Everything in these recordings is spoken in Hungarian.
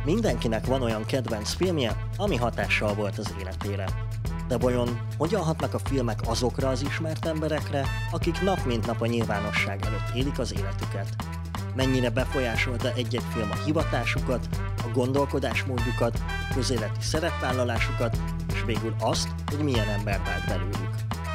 Mindenkinek van olyan kedvenc filmje, ami hatással volt az életére. De vajon hogyan hatnak a filmek azokra az ismert emberekre, akik nap mint nap a nyilvánosság előtt élik az életüket? Mennyire befolyásolta egy-egy film a hivatásukat, a gondolkodásmódjukat, közéleti szerepvállalásukat, és végül azt, hogy milyen ember vált belőlük.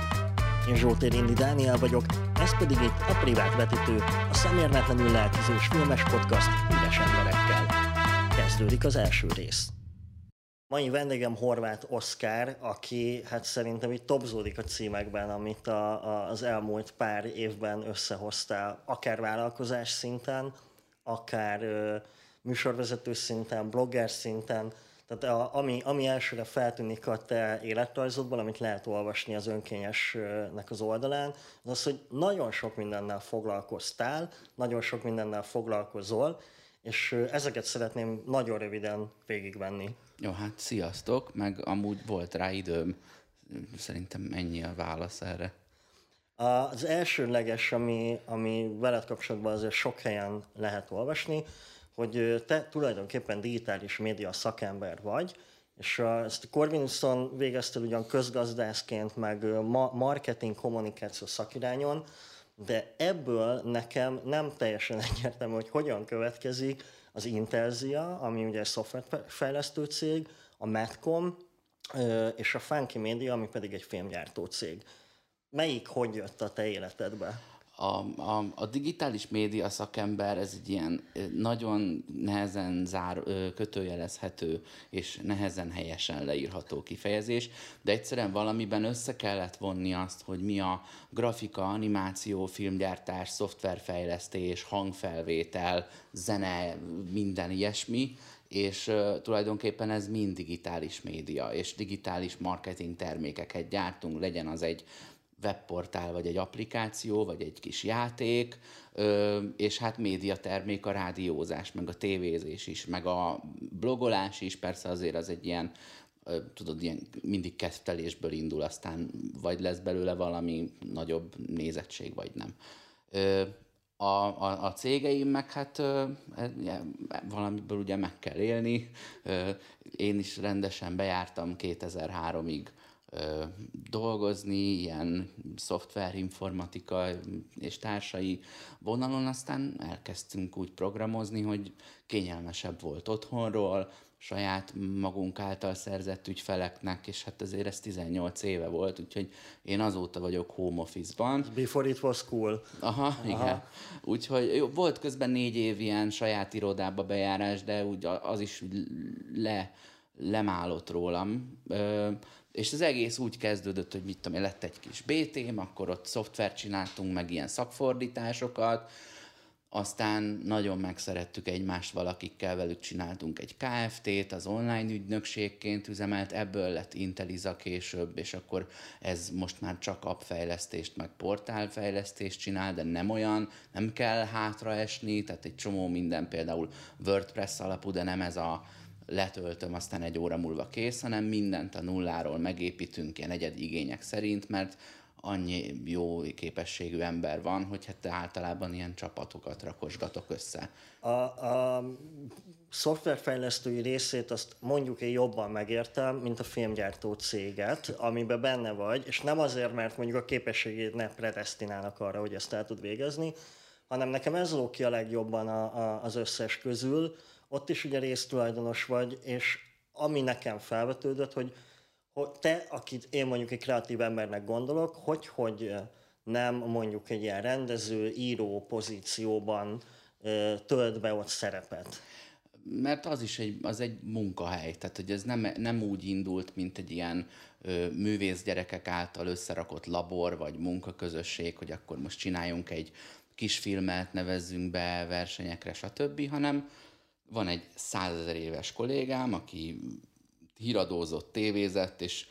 Én Zsótér Indi Dániel vagyok, ez pedig itt a Privát Vetítő, a szemérmetlenül lelkizős filmes podcast híres emberekkel. Kezdődik az első rész. Mai vendégem Horváth Oszkár, aki szerintem itt topzódik a címekben, amit az elmúlt pár évben összehoztál, akár vállalkozás szinten, akár műsorvezető szinten, blogger szinten. Tehát ami elsőre feltűnik a te életrajzodban, amit lehet olvasni az Önkényesnek az oldalán, az, hogy nagyon sok mindennel foglalkoztál, nagyon sok mindennel foglalkozol, és ezeket szeretném nagyon röviden végigvenni. Jó, hát sziasztok, meg amúgy volt rá időm, szerintem ennyi a válasz erre. Az elsőleges, ami veled kapcsolatban azért sok helyen lehet olvasni, hogy te tulajdonképpen digitális média szakember vagy, és ezt a Corvinuson végeztél ugyan közgazdászként, meg marketing kommunikáció szakirányon, de ebből nekem nem teljesen egyértelmű, hogy hogyan következik az Intelzia, ami ugye egy szoftverfejlesztő cég, a Medcom és a Funky Media, ami pedig egy filmgyártó cég. Melyik hogy jött a te életedbe? A digitális média szakember, ez egy ilyen nagyon nehezen kötőjelezhető és nehezen helyesen leírható kifejezés, de egyszerűen valamiben össze kellett vonni azt, hogy mi a grafika, animáció, filmgyártás, szoftverfejlesztés, hangfelvétel, zene, minden ilyesmi, és tulajdonképpen ez mind digitális média, és digitális marketing termékeket gyártunk, legyen az egy webportál, vagy egy applikáció, vagy egy kis játék, és hát médiatermék a rádiózás, meg a tévézés is, meg a blogolás is, persze azért az egy ilyen, tudod, ilyen mindig kezdtelésből indul, aztán vagy lesz belőle valami nagyobb nézettség, vagy nem. A cégeim meg hát valamiből ugye meg kell élni. Én is rendesen bejártam 2003-ig dolgozni, ilyen szoftverinformatika és társai vonalon, aztán elkezdtünk úgy programozni, hogy kényelmesebb volt otthonról, saját magunk által szerzett ügyfeleknek, és hát azért ez 18 éve volt, úgyhogy én azóta vagyok home office-ban. Before it was cool. Aha. Igen. Úgyhogy jó, volt közben 4 év ilyen saját irodába bejárás, de úgy az is lemálott rólam. És az egész úgy kezdődött, hogy mit tudom én, lett egy kis BT-m, akkor ott szoftvert csináltunk, meg ilyen szakfordításokat, aztán nagyon megszerettük egymást valakikkel, velük csináltunk egy KFT-t, az online ügynökségként üzemelt, ebből lett Inteliza később, és akkor ez most már csak appfejlesztést, meg portálfejlesztést csinál, de nem olyan, nem kell hátraesni, tehát egy csomó minden, például WordPress alapú, de nem ez a letöltöm, aztán 1 óra múlva kész, hanem mindent a nulláról megépítünk ilyen egyedi igények szerint, mert annyi jó képességű ember van, hogy hát általában ilyen csapatokat rakosgatok össze. A szoftverfejlesztői részét azt mondjuk én jobban megértem, mint a filmgyártó céget, amiben benne vagy, és nem azért, mert mondjuk a képességét ne predesztinálnak arra, hogy ezt el tud végezni, hanem nekem ez lóg ki a legjobban az összes közül. Ott is ugye résztulajdonos vagy, és ami nekem felvetődött, hogy te, akit én mondjuk egy kreatív embernek gondolok, hogy nem mondjuk egy ilyen rendező, író pozícióban tölt be ott szerepet. Mert az egy munkahely, tehát hogy ez nem úgy indult, mint egy ilyen művész gyerekek által összerakott labor, vagy munkaközösség, hogy akkor most csináljunk egy kis filmet, nevezzünk be versenyekre, stb., hanem van egy 100 000 éves kollégám, aki híradózott, tévézett, és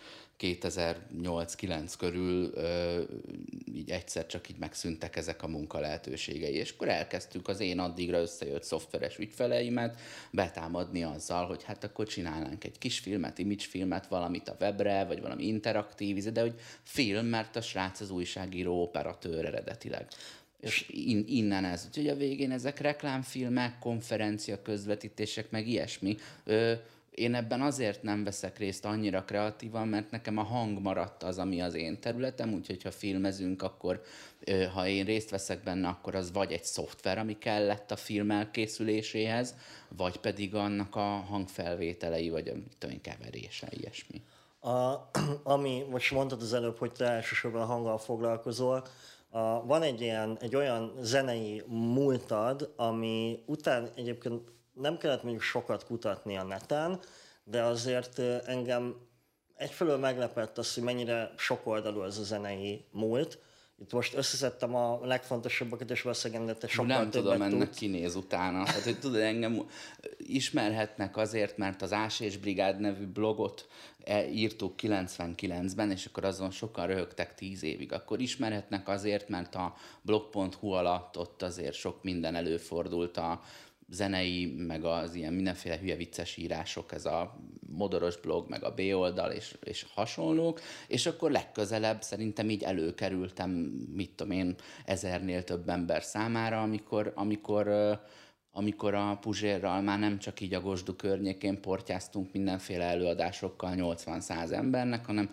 2008-9 körül így egyszer csak így megszűntek ezek a munkalehetőségei. És akkor elkezdtük az én addigra összejött szoftveres ügyfeleimet betámadni azzal, hogy hát akkor csinálnánk egy kis filmet, image filmet, valamit a webre, vagy valami interaktív, de hogy film, mert a srác az újságíró, operatőr eredetileg. És innen ez. Úgyhogy a végén ezek reklámfilmek, konferencia közvetítések, meg ilyesmi. Én ebben azért nem veszek részt annyira kreatívan, mert nekem a hang maradt az, ami az én területem, úgyhogy ha filmezünk, akkor ha én részt veszek benne, akkor az vagy egy szoftver, ami kellett a film elkészüléséhez, vagy pedig annak a hangfelvételei, vagy a keverése, ilyesmi. Ami, most mondtad az előbb, hogy te elsősorban a hanggal foglalkozol, van egy olyan zenei múltad, ami után egyébként nem kellett mondjuk sokat kutatni a neten, de azért engem egyfelől meglepett az, hogy mennyire sokoldalú ez a zenei múlt. Itt most összeszedtem a legfontosabbakat, és valószínűleg te sokkal nem többet tudom, ennek tudsz. kinéz utána. Tehát, hogy tudod, engem ismerhetnek azért, mert az Ás és Brigád nevű blogot írtuk 99-ben, és akkor azon sokan röhögtek 10 évig. Akkor ismerhetnek azért, mert a blog.hu alatt ott azért sok minden előfordult, a zenei, meg az ilyen mindenféle hülye vicces írások, ez a Modoros blog, meg a B oldal, és hasonlók, és akkor legközelebb szerintem így előkerültem, mit tudom én, 1000-nél több ember számára, amikor a Puzsérral már nem csak így a Gosdú környékén portyáztunk mindenféle előadásokkal 80-100 embernek, hanem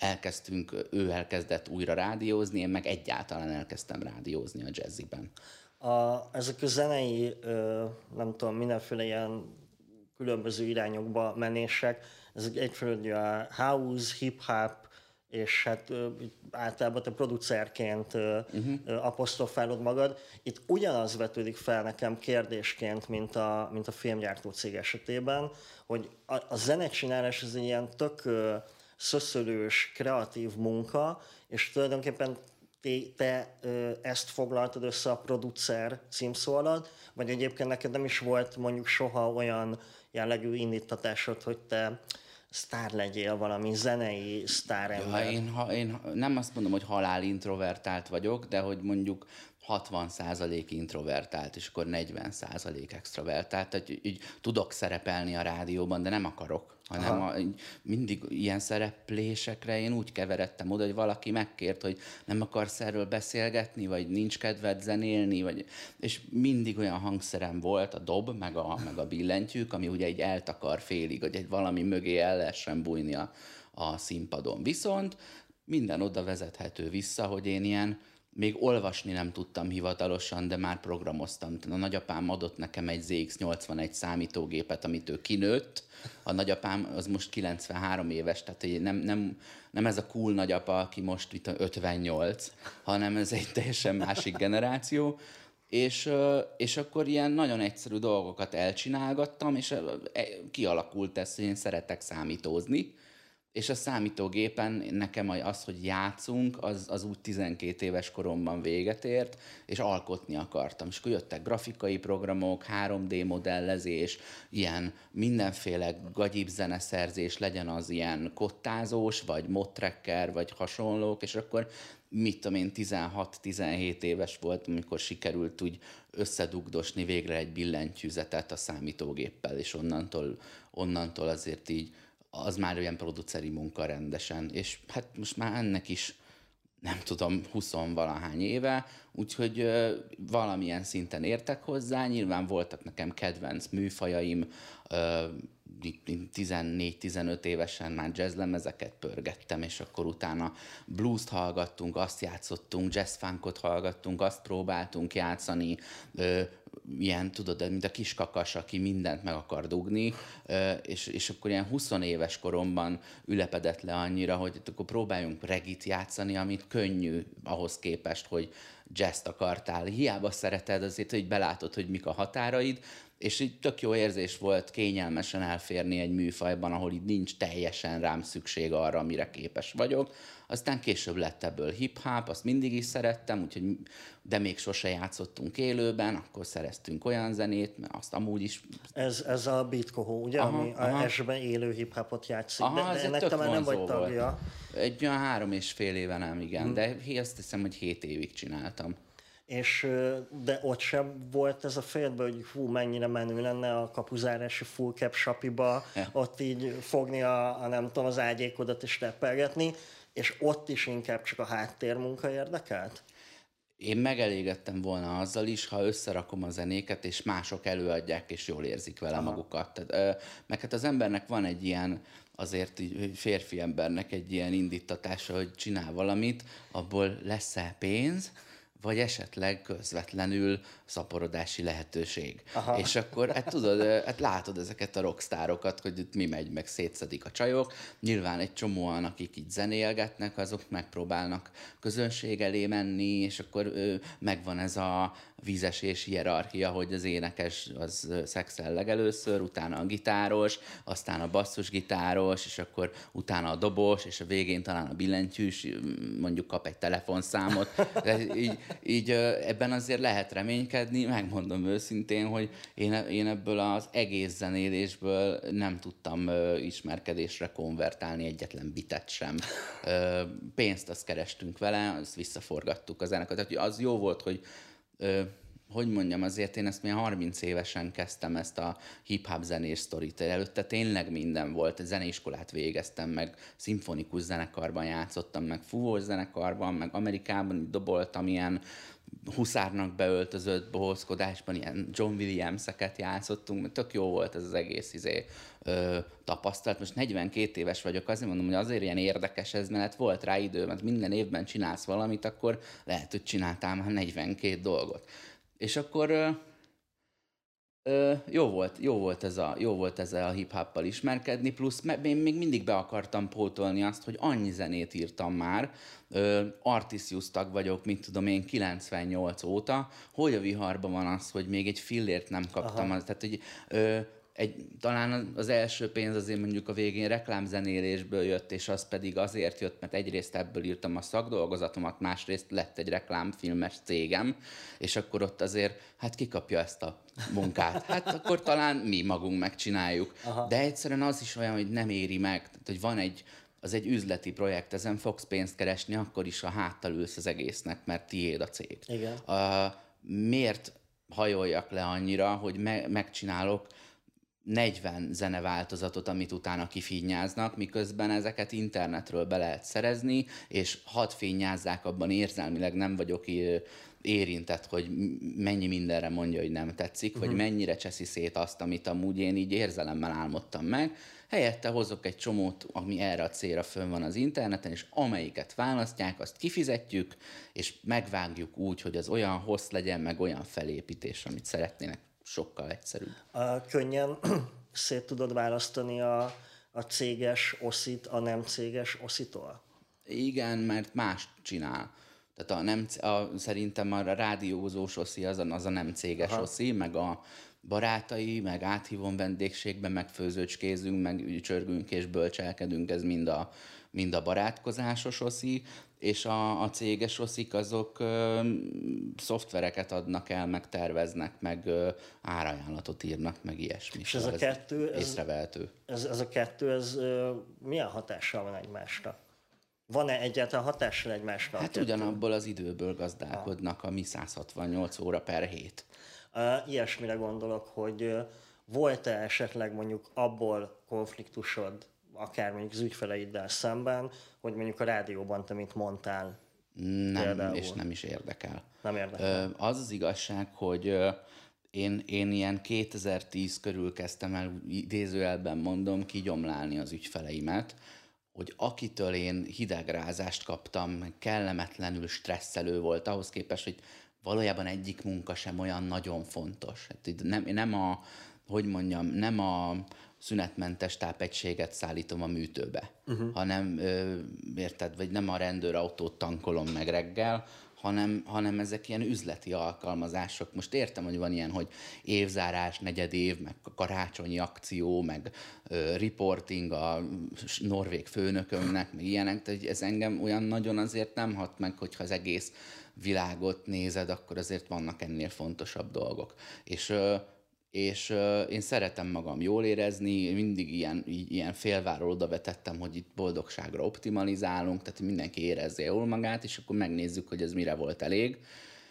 ő elkezdett újra rádiózni, én meg egyáltalán elkezdtem rádiózni a jazziben. Ezek a zenei, nem tudom, mindenféle ilyen különböző irányokba menések, ezek egyfelől a house, hip-hop, és hát általában te producerként apostrofálod magad. Itt ugyanaz vetődik fel nekem kérdésként, mint a filmgyártó cég esetében, hogy a zenecsinálás ez egy ilyen tök szöszölős, kreatív munka, és tulajdonképpen te ezt foglaltad össze a producer címszó alatt, vagy egyébként neked nem is volt mondjuk soha olyan jellegű indítatásod, hogy te sztár legyél, valami zenei sztárember? Ja, én nem azt mondom, hogy halál introvertált vagyok, de hogy mondjuk 60% introvertált, és akkor 40% extrovertált. Tehát így tudok szerepelni a rádióban, de nem akarok, hanem mindig ilyen szereplésekre én úgy keveredtem oda, hogy valaki megkért, hogy nem akarsz erről beszélgetni, vagy nincs kedved zenélni, és mindig olyan hangszerem volt, a dob, meg a billentyűk, ami ugye egy eltakar félig, hogy egy valami mögé el lehessen bújni a színpadon. Viszont minden oda vezethető vissza, hogy én ilyen még olvasni nem tudtam hivatalosan, de már programoztam. A nagyapám adott nekem egy ZX81 számítógépet, amit ő kinőtt. A nagyapám az most 93 éves, tehát nem ez a cool nagyapa, aki most itt 58, hanem ez egy teljesen másik generáció. És akkor ilyen nagyon egyszerű dolgokat elcsinálgattam, és kialakult ez, hogy én szeretek számítózni. És a számítógépen nekem az, hogy játszunk, az úgy 12 éves koromban véget ért, és alkotni akartam. És akkor jöttek grafikai programok, 3D modellezés, ilyen mindenféle gagyibb zeneszerzés, legyen az ilyen kottázós, vagy modtracker, vagy hasonlók, és akkor mit tudom én, 16-17 éves voltam, amikor sikerült úgy összedugdosni végre egy billentyűzetet a számítógéppel, és onnantól azért így az már olyan produceri munka rendesen, és hát most már ennek is nem tudom, 20-valahány éve, úgyhogy valamilyen szinten értek hozzá, nyilván voltak nekem kedvenc műfajaim, 14-15 évesen már jazzlemezeket pörgettem, és akkor utána blues-t hallgattunk, azt játszottunk, jazz-funkot hallgattunk, azt próbáltunk játszani, ilyen, tudod, mint a kiskakas, aki mindent meg akar dugni, és akkor ilyen 20 éves koromban ülepedett le annyira, hogy akkor próbáljunk regit játszani, amit könnyű ahhoz képest, hogy jazzt akartál. Hiába szereted azért, hogy belátod, hogy mik a határaid, és így tök jó érzés volt kényelmesen elférni egy műfajban, ahol így nincs teljesen rám szükség arra, amire képes vagyok. Aztán később lett ebből hip-hop, azt mindig is szerettem, úgyhogy, de még sose játszottunk élőben, akkor szereztünk olyan zenét, mert azt amúgy is... Ez a Beatkoho, ugye? Ami elsőben élő hip-hopot játszik, de ennek te már nem vagy tagja. Egy olyan 3,5 éve nem, igen, de azt hiszem, hogy 7 évig csináltam. És, de ott sem volt ez a fejedben, hogy hú, mennyire menő lenne a kapuzárási full cap sapiba, ott így fogni nem tudom, az ágyékodat és teppelgetni, és ott is inkább csak a háttérmunka érdekelt? Én megelégedtem volna azzal is, ha összerakom a zenéket, és mások előadják, és jól érzik vele magukat. Tehát, meg hát az embernek van egy ilyen, azért így férfi embernek egy ilyen indítatása, hogy csinál valamit, abból lesz-e pénz, vagy esetleg közvetlenül szaporodási lehetőség. Aha. És akkor, hát tudod, hát látod ezeket a rockstárokat, hogy itt mi megy, meg szétszedik a csajok. Nyilván egy csomóan, akik így zenélgetnek, azok megpróbálnak közönség elé menni, és akkor megvan ez a vízesés hierarchia, hogy az énekes az szexel legelőször, utána a gitáros, aztán a basszusgitáros, és akkor utána a dobos, és a végén talán a billentyűs mondjuk kap egy telefonszámot. De így ebben azért lehet reménykedni, megmondom őszintén, hogy én ebből az egész zenélésből nem tudtam ismerkedésre konvertálni egyetlen bitet sem. Pénzt azt kerestünk vele, azt visszaforgattuk a zenekart. Tehát az jó volt, hogy mondjam, azért én ezt már 30 évesen kezdtem ezt a hip-hop zenés sztorit. Előtte tényleg minden volt. Zeneiskolát végeztem, meg szimfonikus zenekarban játszottam, meg fúvós zenekarban, meg Amerikában doboltam ilyen huszárnak beöltözött bohózkodásban, ilyen John Williams-eket játszottunk, tök jó volt ez az egész tapasztalat. Most 42 éves vagyok, azért mondom, hogy azért ilyen érdekes ez, mert volt rá idő, mert minden évben csinálsz valamit, akkor lehet, hogy csináltál már 42 dolgot. És akkor jó volt ez a hip-hoppal ismerkedni, plusz én még mindig be akartam pótolni azt, hogy annyi zenét írtam már, Artisius tag vagyok, mit tudom én, 98 óta, hogy a viharban van az, hogy még egy fillért nem kaptam. Tehát, hogy talán az első pénz azért mondjuk a végén reklámzenélésből jött, és az pedig azért jött, mert egyrészt ebből írtam a szakdolgozatomat, másrészt lett egy reklámfilmes cégem, és akkor ott azért, hát ki kapja ezt a munkát? Hát akkor talán mi magunk megcsináljuk. Aha. De egyszerűen az is olyan, hogy nem éri meg, tehát, hogy az egy üzleti projekt, ezen fogsz pénzt keresni, akkor is, ha háttal ülsz az egésznek, mert tiéd a cég. Igen. Miért hajoljak le annyira, hogy megcsinálok 40 zeneváltozatot, amit utána kifínnyáznak, miközben ezeket internetről be lehet szerezni, és hadd fínnyázzák, abban érzelmileg nem vagyok érintett, hogy mennyi mindenre mondja, hogy nem tetszik, vagy mennyire cseszi szét azt, amit amúgy én így érzelemmel álmodtam meg. Helyette hozok egy csomót, ami erre a célra fönn van az interneten, és amelyiket választják, azt kifizetjük, és megvágjuk úgy, hogy az olyan hossz legyen, meg olyan felépítés, amit szeretnének. Sokkal egyszerűbb. Könnyen szét tudod választani a céges oszit a nem céges oszitól? Igen, mert más csinál. Tehát szerintem a rádiózós oszi az a nem céges oszi, meg a barátai, meg áthívón vendégségben, meg főzőcskézünk, meg csörgünk és bölcselkedünk, ez mind a barátkozásos oszi, és a céges oszik azok szoftvereket adnak el, meg terveznek, meg árajánlatot írnak, meg ilyesmi. És ez a kettő, észrevehető. Ez a kettő, milyen hatással van egymásra? Van-e egyáltalán hatással egymásra? Hát ugyanabból az időből gazdálkodnak, ami 168 óra per hét. Ilyesmire gondolok, hogy volt-e esetleg mondjuk abból konfliktusod, akár mondjuk az ügyfeleiddel szemben, hogy mondjuk a rádióban te mit mondtál? Nem, például. És nem is érdekel. Nem érdekel. Az az igazság, hogy én ilyen 2010 körül kezdtem el, idézőjelben mondom, kigyomlálni az ügyfeleimet, hogy akitől én hidegrázást kaptam, meg kellemetlenül stresszelő volt, ahhoz képest, hogy valójában egyik munka sem olyan nagyon fontos. Nem a szünetmentes tápegységet szállítom a műtőbe, hanem, érted, vagy nem a rendőrautót tankolom meg reggel, hanem ezek ilyen üzleti alkalmazások. Most értem, hogy van ilyen, hogy évzárás, negyedév, meg karácsonyi akció, meg reporting a norvég főnökömnek, meg ilyenek, tehát ez engem olyan nagyon azért nem hat meg, hogyha az egész világot nézed, akkor azért vannak ennél fontosabb dolgok. És én szeretem magam jól érezni, mindig ilyen félváról oda vetettem, hogy itt boldogságra optimalizálunk, tehát mindenki érezze jól magát, és akkor megnézzük, hogy ez mire volt elég.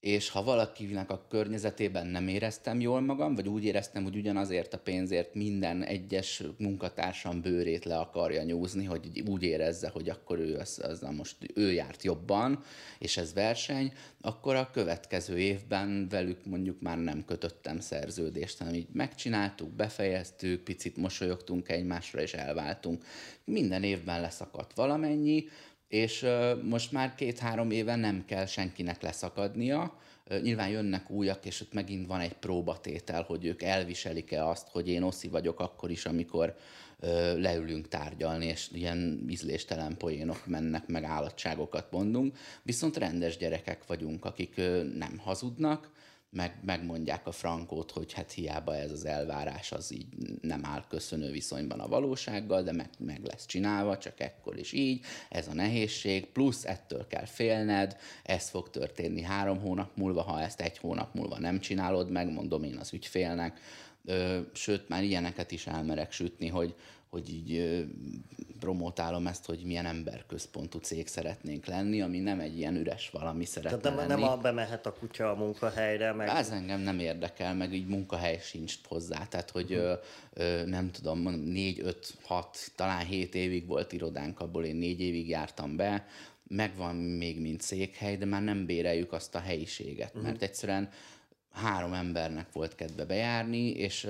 és ha valakinek a környezetében nem éreztem jól magam, vagy úgy éreztem, hogy ugyanazért a pénzért minden egyes munkatársam bőrét le akarja nyúzni, hogy úgy érezze, hogy akkor most ő járt jobban, és ez verseny, akkor a következő évben velük mondjuk már nem kötöttem szerződést, hanem így megcsináltuk, befejeztük, picit mosolyogtunk egymásra, és elváltunk. Minden évben leszakadt valamennyi, és most már 2-3 éve nem kell senkinek leszakadnia. Nyilván jönnek újak, és ott megint van egy próbatétel, hogy ők elviselik-e azt, hogy én oszi vagyok akkor is, amikor leülünk tárgyalni, és ilyen ízléstelen poénok mennek, meg állatságokat mondunk. Viszont rendes gyerekek vagyunk, akik nem hazudnak, megmondják a frankót, hogy hát hiába ez az elvárás, az így nem áll köszönő viszonyban a valósággal, de meg lesz csinálva, csak ekkor is így, ez a nehézség, plusz ettől kell félned, ez fog történni 3 hónap múlva, ha ezt 1 hónap múlva nem csinálod meg, mondom én az ügyfélnek, sőt, már ilyeneket is elmerek sütni, hogy így promotálom ezt, hogy milyen emberközpontú cég szeretnénk lenni, ami nem egy ilyen üres valami szeretne lenni. Nem bemehet a kutya a munkahelyre, meg... Ez engem nem érdekel, meg így munkahely sincs hozzá, tehát hogy nem tudom, 4, 5, 6, talán 7 évig volt irodánk, abból én 4 évig jártam be, megvan még mint székhely, de már nem béreljük azt a helyiséget, mert egyszerűen 3 embernek volt kedve bejárni, és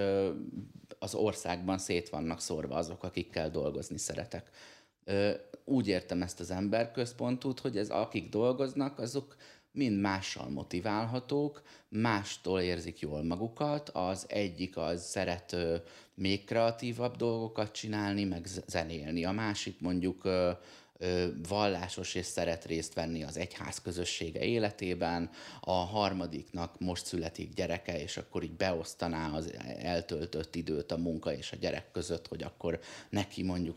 az országban szét vannak szórva azok, akikkel dolgozni szeretek. Úgy értem ezt az emberközpontút, hogy akik dolgoznak, azok mind mással motiválhatók, mástól érzik jól magukat, az egyik az szeret még kreatívabb dolgokat csinálni, meg zenélni, a másik mondjuk vallásos és szeret részt venni az egyház közössége életében, a harmadiknak most születik gyereke, és akkor így beosztaná az eltöltött időt a munka és a gyerek között, hogy akkor neki mondjuk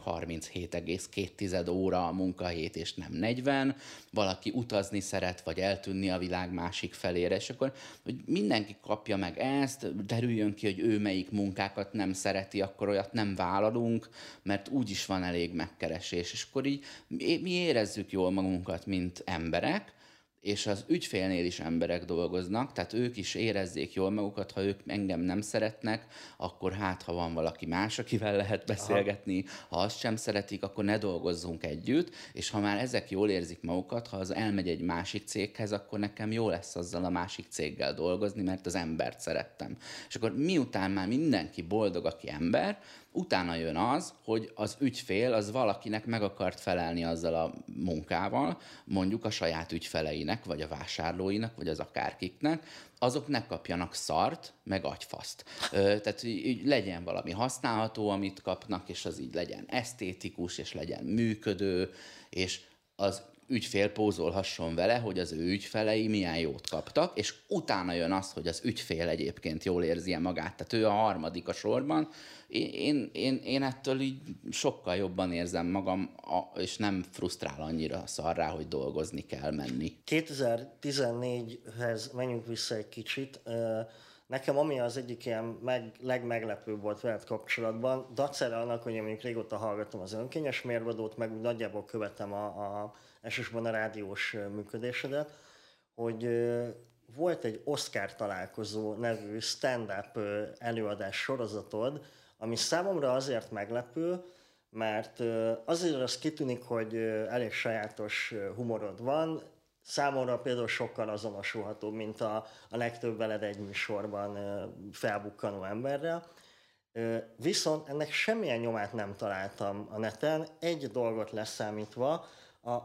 37,2 óra a munkahét, és nem 40, valaki utazni szeret, vagy eltűnni a világ másik felére, és akkor hogy mindenki kapja meg ezt, derüljön ki, hogy ő melyik munkákat nem szereti, akkor olyat nem vállalunk, mert úgyis van elég megkeresés, és akkor így mi érezzük jól magunkat, mint emberek, és az ügyfélnél is emberek dolgoznak, tehát ők is érezzék jól magukat, ha ők engem nem szeretnek, akkor hát, ha van valaki más, akivel lehet beszélgetni, ha azt sem szeretik, akkor ne dolgozzunk együtt, és ha már ezek jól érzik magukat, ha az elmegy egy másik céghez, akkor nekem jó lesz azzal a másik céggel dolgozni, mert az embert szerettem. És akkor miután már mindenki boldog, aki ember, utána jön az, hogy az ügyfél az valakinek meg akart felelni azzal a munkával, mondjuk a saját ügyfeleinek, vagy a vásárlóinak, vagy az akárkiknek, azok ne kapjanak szart, meg agyfaszt. Tehát így legyen valami használható, amit kapnak, és az így legyen esztétikus, és legyen működő, és az ügyfél pózolhasson vele, hogy az ő ügyfelei milyen jót kaptak, és utána jön az, hogy az ügyfél egyébként jól érzi magát. Tehát ő a harmadik a sorban. Én ettől így sokkal jobban érzem magam, és nem frusztrál annyira szarrá, hogy dolgozni kell menni. 2014-hez menjünk vissza egy kicsit. Nekem ami az egyik ilyen legmeglepőbb volt veled kapcsolatban, dacára annak, hogy én mondjuk régóta hallgatom az Önkényes Mérvadót, meg úgy nagyjából követem elsősorban a rádiós működésedet, hogy volt egy Oscar találkozó nevű stand-up előadás sorozatod, ami számomra azért meglepő, mert azért az kitűnik, hogy elég sajátos humorod van, számomra például sokkal azonosulható, mint a legtöbb veled egy műsorban felbukkanó emberrel. Viszont ennek semmilyen nyomát nem találtam a neten, egy dolgot leszámítva, a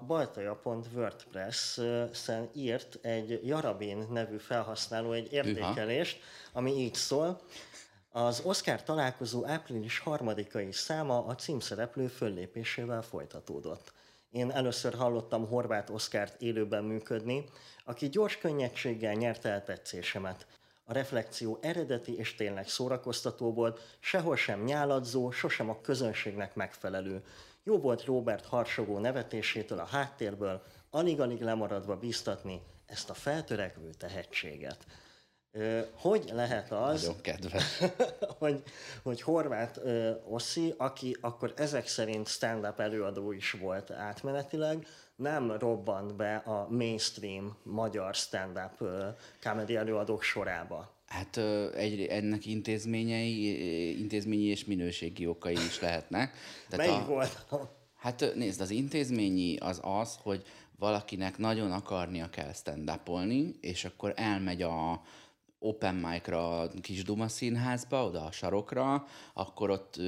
baltaja.wordpress-en írt egy Jarabin nevű felhasználó egy értékelést, ami így szól. Az Oscar találkozó április 3-ai száma a címszereplő föllépésével folytatódott. Én először hallottam Horváth Oszkárt élőben működni, aki gyors könnyedséggel nyerte el tetszésemet. A reflexió eredeti és tényleg szórakoztató volt, sehol sem nyáladzó, sosem a közönségnek megfelelő. Jó volt Róbert harsogó nevetésétől a háttérből, alig-alig lemaradva bíztatni ezt a feltörekvő tehetséget. Hogy lehet az, nagyon kedves. hogy Horváth Oszi, aki akkor ezek szerint stand-up előadó is volt átmenetileg, nem robbant be a mainstream magyar stand-up comedy előadók sorába? Hát ennek intézményi és minőségi okai is lehetnek. Melyik volt? Hát nézd, az intézményi az, hogy valakinek nagyon akarnia kell stand-upolni, és akkor elmegy a open mic-ra a kis Duma színházba, oda a sarokra, akkor ott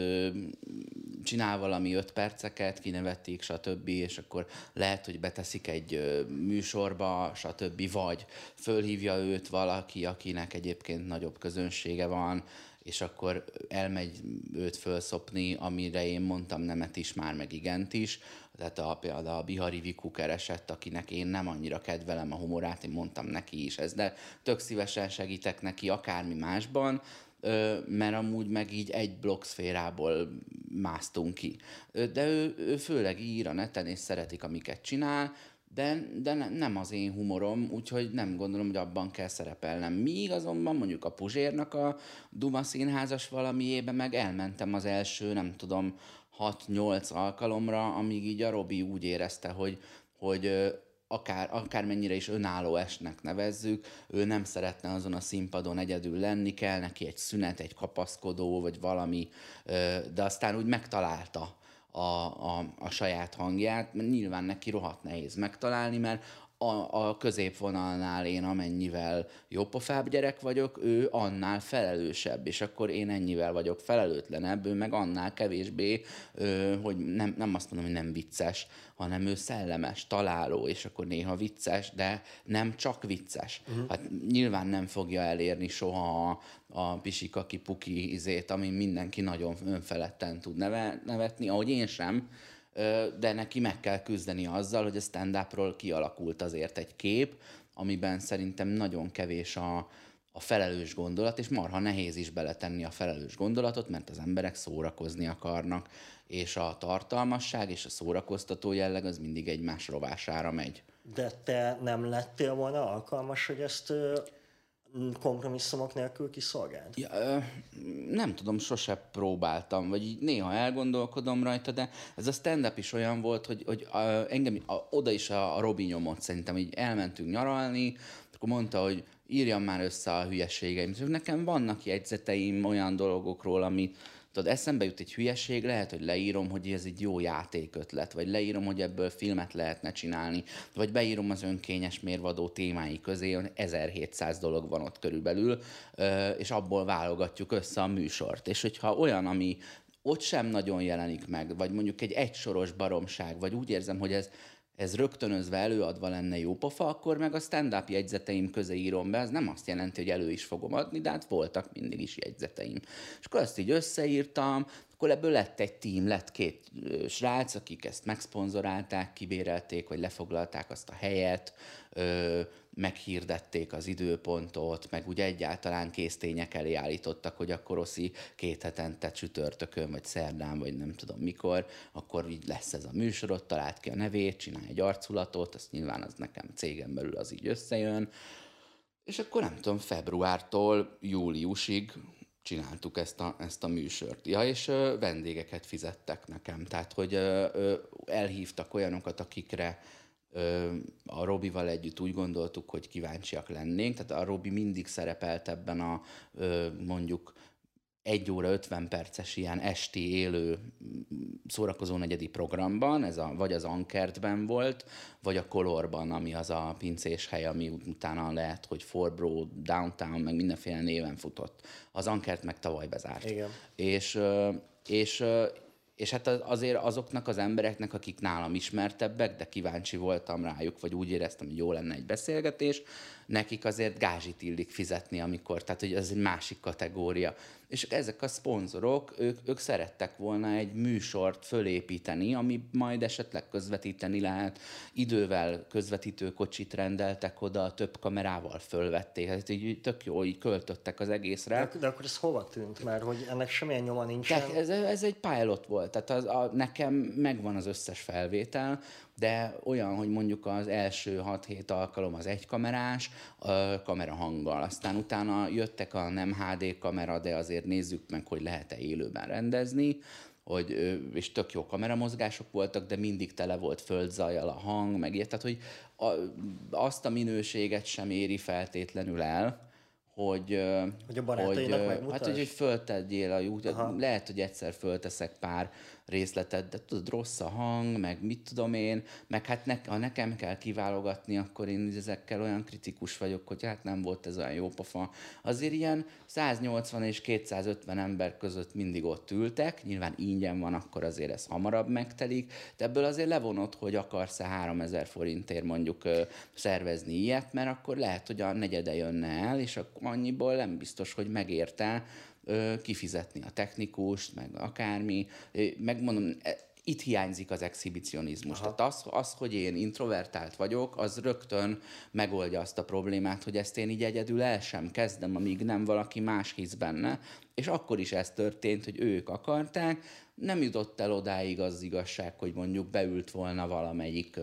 csinál valami 5 perceket, kinevetik, stb., és akkor lehet, hogy beteszik egy műsorba, stb., vagy fölhívja őt valaki, akinek egyébként nagyobb közönsége van, és akkor elmegy őt fölszopni, amire én mondtam nemet is már, meg igent is. Tehát például a Bihari Viku keresett, akinek én nem annyira kedvelem a humorát, én mondtam neki is ezt, de tök szívesen segítek neki akármi másban, mert amúgy meg így egy blogszférából másztunk ki. De ő főleg ír a neten, és szeretik, amiket csinál, de nem az én humorom, úgyhogy nem gondolom, hogy abban kell szerepelnem. Míg azonban mondjuk a Puzsérnak a Duma színházas valamiében meg elmentem az első, nem tudom, 6-8 alkalomra, amíg így a Robi úgy érezte, hogy akármennyire is önálló esnek nevezzük, ő nem szeretne azon a színpadon egyedül lenni, kell neki egy szünet, egy kapaszkodó, vagy valami, de aztán úgy megtalálta a saját hangját, mert nyilván neki rohadt nehéz megtalálni, mert a középvonalnál én amennyivel jópofább gyerek vagyok, ő annál felelősebb, és akkor én ennyivel vagyok felelőtlenebb, ő meg annál kevésbé, hogy nem azt mondom, hogy nem vicces, hanem ő szellemes, találó, és akkor néha vicces, de nem csak vicces. Hát nyilván nem fogja elérni soha a pisikaki-puki izét, ami mindenki nagyon önfeledten tud nevetni, ahogy én sem, de neki meg kell küzdeni azzal, hogy a stand-upról kialakult azért egy kép, amiben szerintem nagyon kevés a felelős gondolat, és marha nehéz is beletenni a felelős gondolatot, mert az emberek szórakozni akarnak, és a tartalmasság és a szórakoztató jelleg az mindig egymás rovására megy. De te nem lettél volna alkalmas, hogy ezt kompromisszumok nélkül kiszolgáld? Ja, nem tudom, sose próbáltam, vagy így néha elgondolkodom rajta, de ez a stand-up is olyan volt, hogy engem oda is a Robi nyomott, szerintem így elmentünk nyaralni, akkor mondta, hogy írjam már össze a hülyeségeim. Nekem vannak jegyzeteim olyan dolgokról, ami tudod, eszembe jut egy hülyeség, lehet, hogy leírom, hogy ez egy jó játékötlet, vagy leírom, hogy ebből filmet lehetne csinálni, vagy beírom az önkényes mérvadó témái közé, 1700 dolog van ott körülbelül, és abból válogatjuk össze a műsort. És hogyha olyan, ami ott sem nagyon jelenik meg, vagy mondjuk egy egysoros baromság, vagy úgy érzem, hogy ez rögtönözve, előadva lenne jó pofa, akkor meg a stand-up jegyzeteim közé írom be, az nem azt jelenti, hogy elő is fogom adni, de hát voltak mindig is jegyzeteim. És akkor azt így összeírtam, akkor ebből lett egy tím, lett 2 srác, akik ezt megszponzorálták, kibérelték, vagy lefoglalták azt a helyet, meghirdették az időpontot, meg úgy egyáltalán késztények elé állítottak, hogy akkor Oszi 2 hetente csütörtökön, vagy szerdán, vagy nem tudom mikor, akkor így lesz ez a műsor, ott talált ki a nevét, csinálj egy arculatot, azt nyilván az nekem cégen belül az így összejön, és akkor nem tudom, februártól júliusig csináltuk ezt a műsort. Ja, és vendégeket fizettek nekem, tehát hogy elhívtak olyanokat, akikre a Robival együtt úgy gondoltuk, hogy kíváncsiak lennénk, tehát a Robi mindig szerepelt ebben a mondjuk 1 óra 50 perces ilyen esti élő szórakozó negyedi programban, vagy az Ankertben volt, vagy a Colorban, ami az a pincés hely, ami utána lehet, hogy Forbro, Downtown, meg mindenféle néven futott. Az Ankert meg tavaly bezárt. Igen. És hát azért azoknak az embereknek, akik nálam ismertebbek, de kíváncsi voltam rájuk, vagy úgy éreztem, hogy jó lenne egy beszélgetés, nekik azért gázsit illik fizetni, amikor, tehát hogy ez egy másik kategória. És ezek a szponzorok, ők szerettek volna egy műsort fölépíteni, ami majd esetleg közvetíteni lehet. Idővel közvetítőkocsit rendeltek oda, több kamerával fölvették. Hát így tök jó, így költöttek az egészre. De akkor ez hova tűnt? Mert hogy ennek semmilyen nyoma nincsen. Ez egy pilot volt. Tehát nekem megvan az összes felvétel, de olyan, hogy mondjuk az első 6-7 alkalom az egykamerás, kamerahanggal. Aztán utána jöttek a nem HD kamera, de azért nézzük meg, hogy lehet-e élőben rendezni, és tök jó kameramozgások voltak, de mindig tele volt földzajjal a hang, meg ilyet, tehát hogy azt a minőséget sem éri feltétlenül el, hogy a barátainak megmutasd? Hát, hogy föltegyél a YouTube, lehet, hogy egyszer fölteszek pár részletet, de tudod, rossz a hang, meg mit tudom én, meg hát ha nekem kell kiválogatni, akkor én ezekkel olyan kritikus vagyok, hogy hát nem volt ez olyan jó pofa. Azért ilyen 180 és 250 ember között mindig ott ültek, nyilván ingyen van, akkor azért ez hamarabb megtelik, de ebből azért levonod, hogy akarsz-e 3000 forintért mondjuk szervezni ilyet, mert akkor lehet, hogy a negyede jönne el, és akkor annyiból nem biztos, hogy megérte kifizetni a technikust, meg akármi. Megmondom, itt hiányzik az exhibicionizmus. Tehát az, hogy én introvertált vagyok, az rögtön megoldja azt a problémát, hogy ezt én így egyedül el sem kezdem, amíg nem valaki más hisz benne. És akkor is ez történt, hogy ők akarták. Nem jutott el odáig az igazság, hogy mondjuk beült volna valamelyik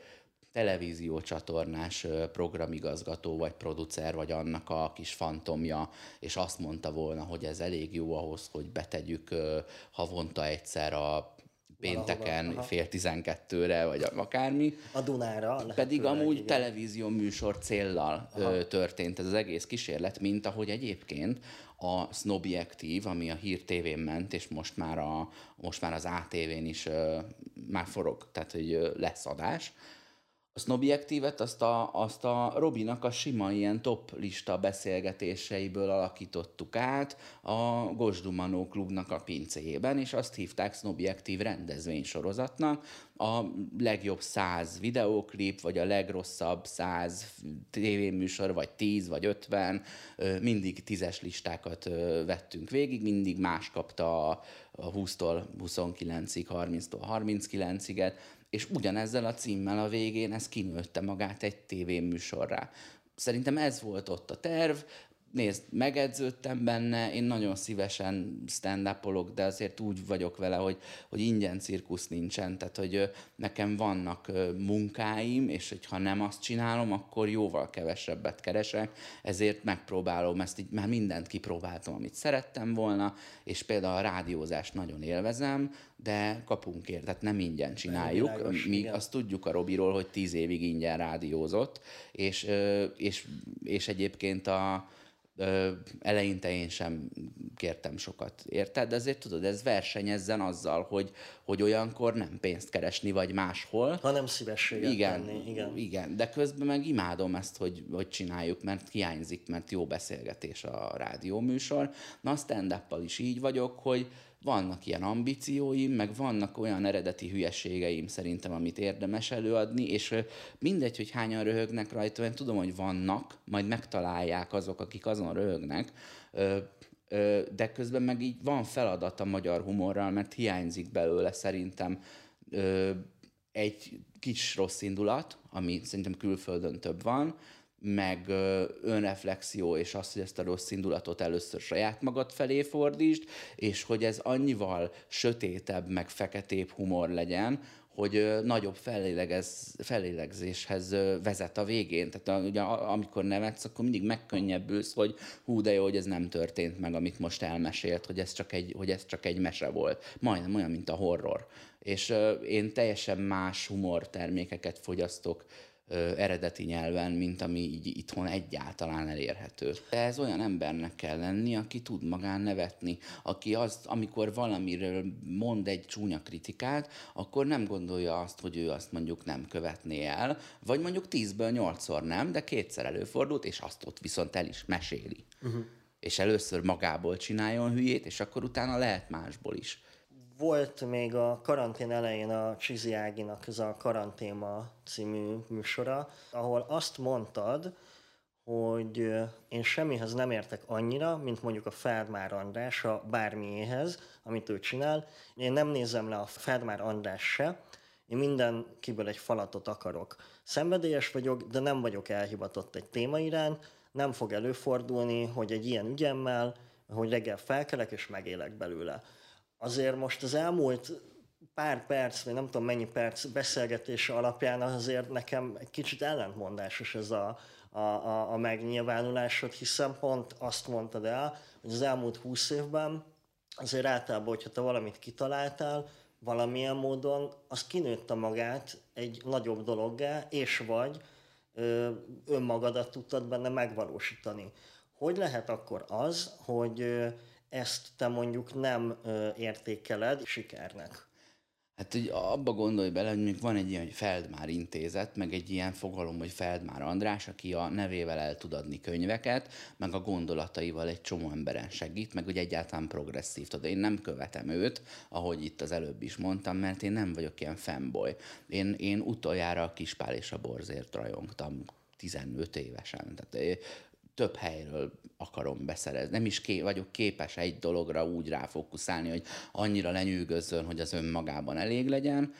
televíziócsatornás programigazgató, vagy producer, vagy annak a kis fantomja, és azt mondta volna, hogy ez elég jó ahhoz, hogy betegyük havonta egyszer a pénteken 11:30-re, vagy akármi. A Dunára. Pedig amúgy televízió műsor céllal történt ez az egész kísérlet, mint ahogy egyébként a Snobbie Active, ami a Hír TV-n ment, és most már az ATV-n is már forog, tehát hogy lesz adás. A Snobbie Active-et azt a Robinak a sima ilyen top lista beszélgetéseiből alakítottuk át a Gosdumanó klubnak a pincéjében, és azt hívták Snobbie Active rendezvénysorozatnak. A legjobb 100 videóklip, vagy a legrosszabb 100 tévéműsor, vagy 10, vagy 50, mindig 10-es listákat vettünk végig, mindig más kapta a 20-tól 29-ig, 30-tól 39-iget, és ugyanezzel a címmel a végén ez kinőtte magát egy tévéműsorrá. Szerintem ez volt ott a terv. Nézd, megedződtem benne, én nagyon szívesen stand-upolok, de azért úgy vagyok vele, hogy ingyen cirkusz nincsen, tehát hogy nekem vannak munkáim, és hogyha nem azt csinálom, akkor jóval kevesebbet keresek, ezért megpróbálom ezt így, már mindent kipróbáltam, amit szerettem volna, és például a rádiózást nagyon élvezem, de kapunk ért, tehát nem ingyen csináljuk. Világos, mi igen. azt tudjuk a Robiról, hogy 10 évig ingyen rádiózott, és egyébként eleinte én sem kértem sokat, érted? De azért tudod, ez versenyezzen azzal, hogy olyankor nem pénzt keresni, vagy máshol. Hanem szívességet tenni. Igen, de közben meg imádom ezt, hogy csináljuk, mert hiányzik, mert jó beszélgetés a rádióműsor. Na a stand-uppal is így vagyok, hogy vannak ilyen ambícióim, meg vannak olyan eredeti hülyeségeim szerintem, amit érdemes előadni, és mindegy, hogy hányan röhögnek rajta, én tudom, hogy vannak, majd megtalálják azok, akik azon röhögnek, de közben meg így van feladat a magyar humorral, mert hiányzik belőle szerintem egy kis rossz indulat, ami szerintem külföldön több van, meg önreflexió, és az, hogy ezt a rossz indulatot először saját magad felé fordítsd, és hogy ez annyival sötétebb, meg feketébb humor legyen, hogy nagyobb fellélegzéshez vezet a végén. Tehát ugye, amikor nevetsz, akkor mindig megkönnyebbülsz, hogy hú, de jó, hogy ez nem történt meg, amit most elmesélt, hogy ez csak egy mese volt. Majdnem olyan, mint a horror. És én teljesen más humortermékeket fogyasztok eredeti nyelven, mint ami így itthon egyáltalán elérhető. De ez olyan embernek kell lenni, aki tud magán nevetni, aki amikor valamiről mond egy csúnya kritikát, akkor nem gondolja azt, hogy ő azt mondjuk nem követné el, vagy mondjuk 10-ből 8-szor nem, de 2-szer előfordult, és azt ott viszont el is meséli. És először magából csináljon hülyét, és akkor utána lehet másból is. Volt még a karantén elején a Csizi Áginak ez a Karantéma című műsora, ahol azt mondtad, hogy én semmihez nem értek annyira, mint mondjuk a Feldmár András a bármiéhez, amit ő csinál. Én nem nézem le a Feldmár András se, én mindenkiből egy falatot akarok. Szenvedélyes vagyok, de nem vagyok elhivatott egy téma iránt, nem fog előfordulni, hogy egy ilyen ügyemmel, hogy reggel felkelek és megélek belőle. Azért most az elmúlt pár perc, vagy nem tudom mennyi perc beszélgetése alapján azért nekem egy kicsit ellentmondásos ez a megnyilvánulásod, hiszen pont azt mondtad el, hogy az elmúlt 20 évben azért általában, hogyha te valamit kitaláltál, valamilyen módon az kinőtte magát egy nagyobb dologgá, és vagy önmagadat tudtad benne megvalósítani. Hogy lehet akkor az, hogy ezt te mondjuk nem értékeled sikernek? Hát hogy abba gondolj bele, hogy még van egy ilyen, hogy Feldmár intézet, meg egy ilyen fogalom, hogy Feldmár András, aki a nevével el tud adni könyveket, meg a gondolataival egy csomó emberen segít, meg hogy egyáltalán progresszív. Tudod, én nem követem őt, ahogy itt az előbb is mondtam, mert én nem vagyok ilyen fanboy. Én utoljára a Kispál és a Borzért rajongtam 15 évesen. Tehát több helyről akarom beszerezni. Nem is vagyok képes egy dologra úgy ráfókuszálni, hogy annyira lenyűgözzön, hogy az önmagában elég legyen,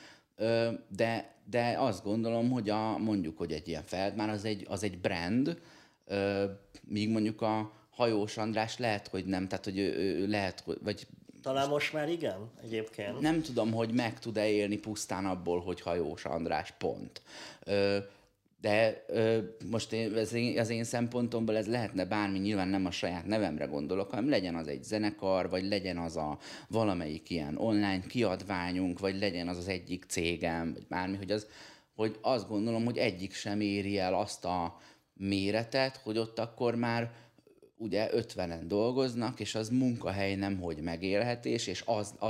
de azt gondolom, hogy mondjuk, hogy egy ilyen Feldmár az egy brand, míg mondjuk a Hajós András lehet, hogy nem, tehát hogy ő lehet, vagy talán most már igen, egyébként. nem tudom, hogy meg tud-e élni pusztán abból, hogy Hajós András pont. De most az én szempontomból ez lehetne bármi, nyilván nem a saját nevemre gondolok, hanem legyen az egy zenekar, vagy legyen az a valamelyik ilyen online kiadványunk, vagy legyen az az egyik cégem, vagy bármi, hogy azt gondolom, hogy egyik sem éri el azt a méretet, hogy ott akkor már ugye 50-en dolgoznak, és az munkahely nemhogy megélhetés, és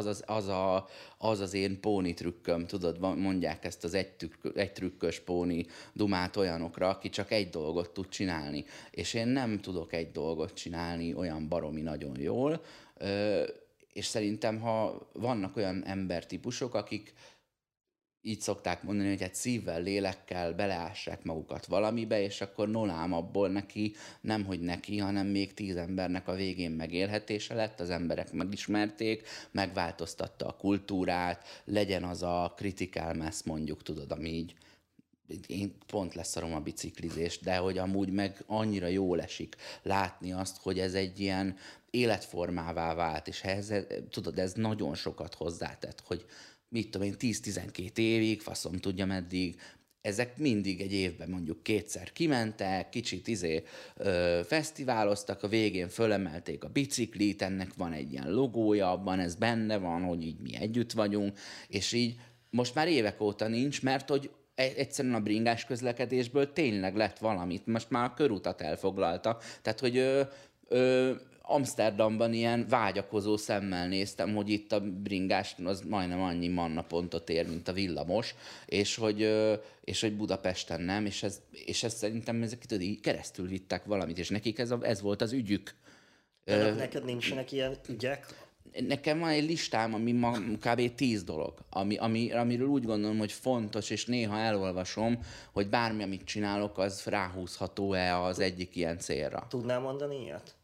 az az én póni trükköm, tudod, mondják ezt az egy trükkös póni dumát olyanokra, aki csak egy dolgot tud csinálni. És én nem tudok egy dolgot csinálni olyan baromi nagyon jól, és szerintem, ha vannak olyan embertípusok, akik így szokták mondani, hogy egy szívvel, lélekkel beleássák magukat valamibe, és akkor nolám abból neki, nemhogy neki, hanem még 10 embernek a végén megélhetése lett, az emberek megismerték, megváltoztatta a kultúrát, legyen az a critical mass, mondjuk, tudod, ami így én pont leszarom a biciklizést, de hogy amúgy meg annyira jól esik látni azt, hogy ez egy ilyen életformává vált, és tudod, ez nagyon sokat hozzátett, hogy mit tudom én, 10-12 évig, faszom tudja meddig, ezek mindig egy évben mondjuk kétszer kimentek, kicsit fesztiváloztak, a végén fölemelték a biciklit, ennek van egy ilyen logója, abban ez benne van, hogy így mi együtt vagyunk, és így most már évek óta nincs, mert hogy egyszerűen a bringás közlekedésből tényleg lett valamit, most már a körutat elfoglalta, tehát hogy Amsterdamban ilyen vágyakozó szemmel néztem, hogy itt a bringás az majdnem annyi mannapontot ér, mint a villamos, és hogy Budapesten nem, és ez szerintem ezek tudod, így keresztül vittek valamit, és nekik ez volt az ügyük. De neked nincsenek ilyen ügyek? Nekem van egy listám, ami ma kb. 10 dolog, amiről úgy gondolom, hogy fontos, és néha elolvasom, hogy bármi, amit csinálok, az ráhúzható-e az egyik ilyen célra. Tudnál mondani ilyet?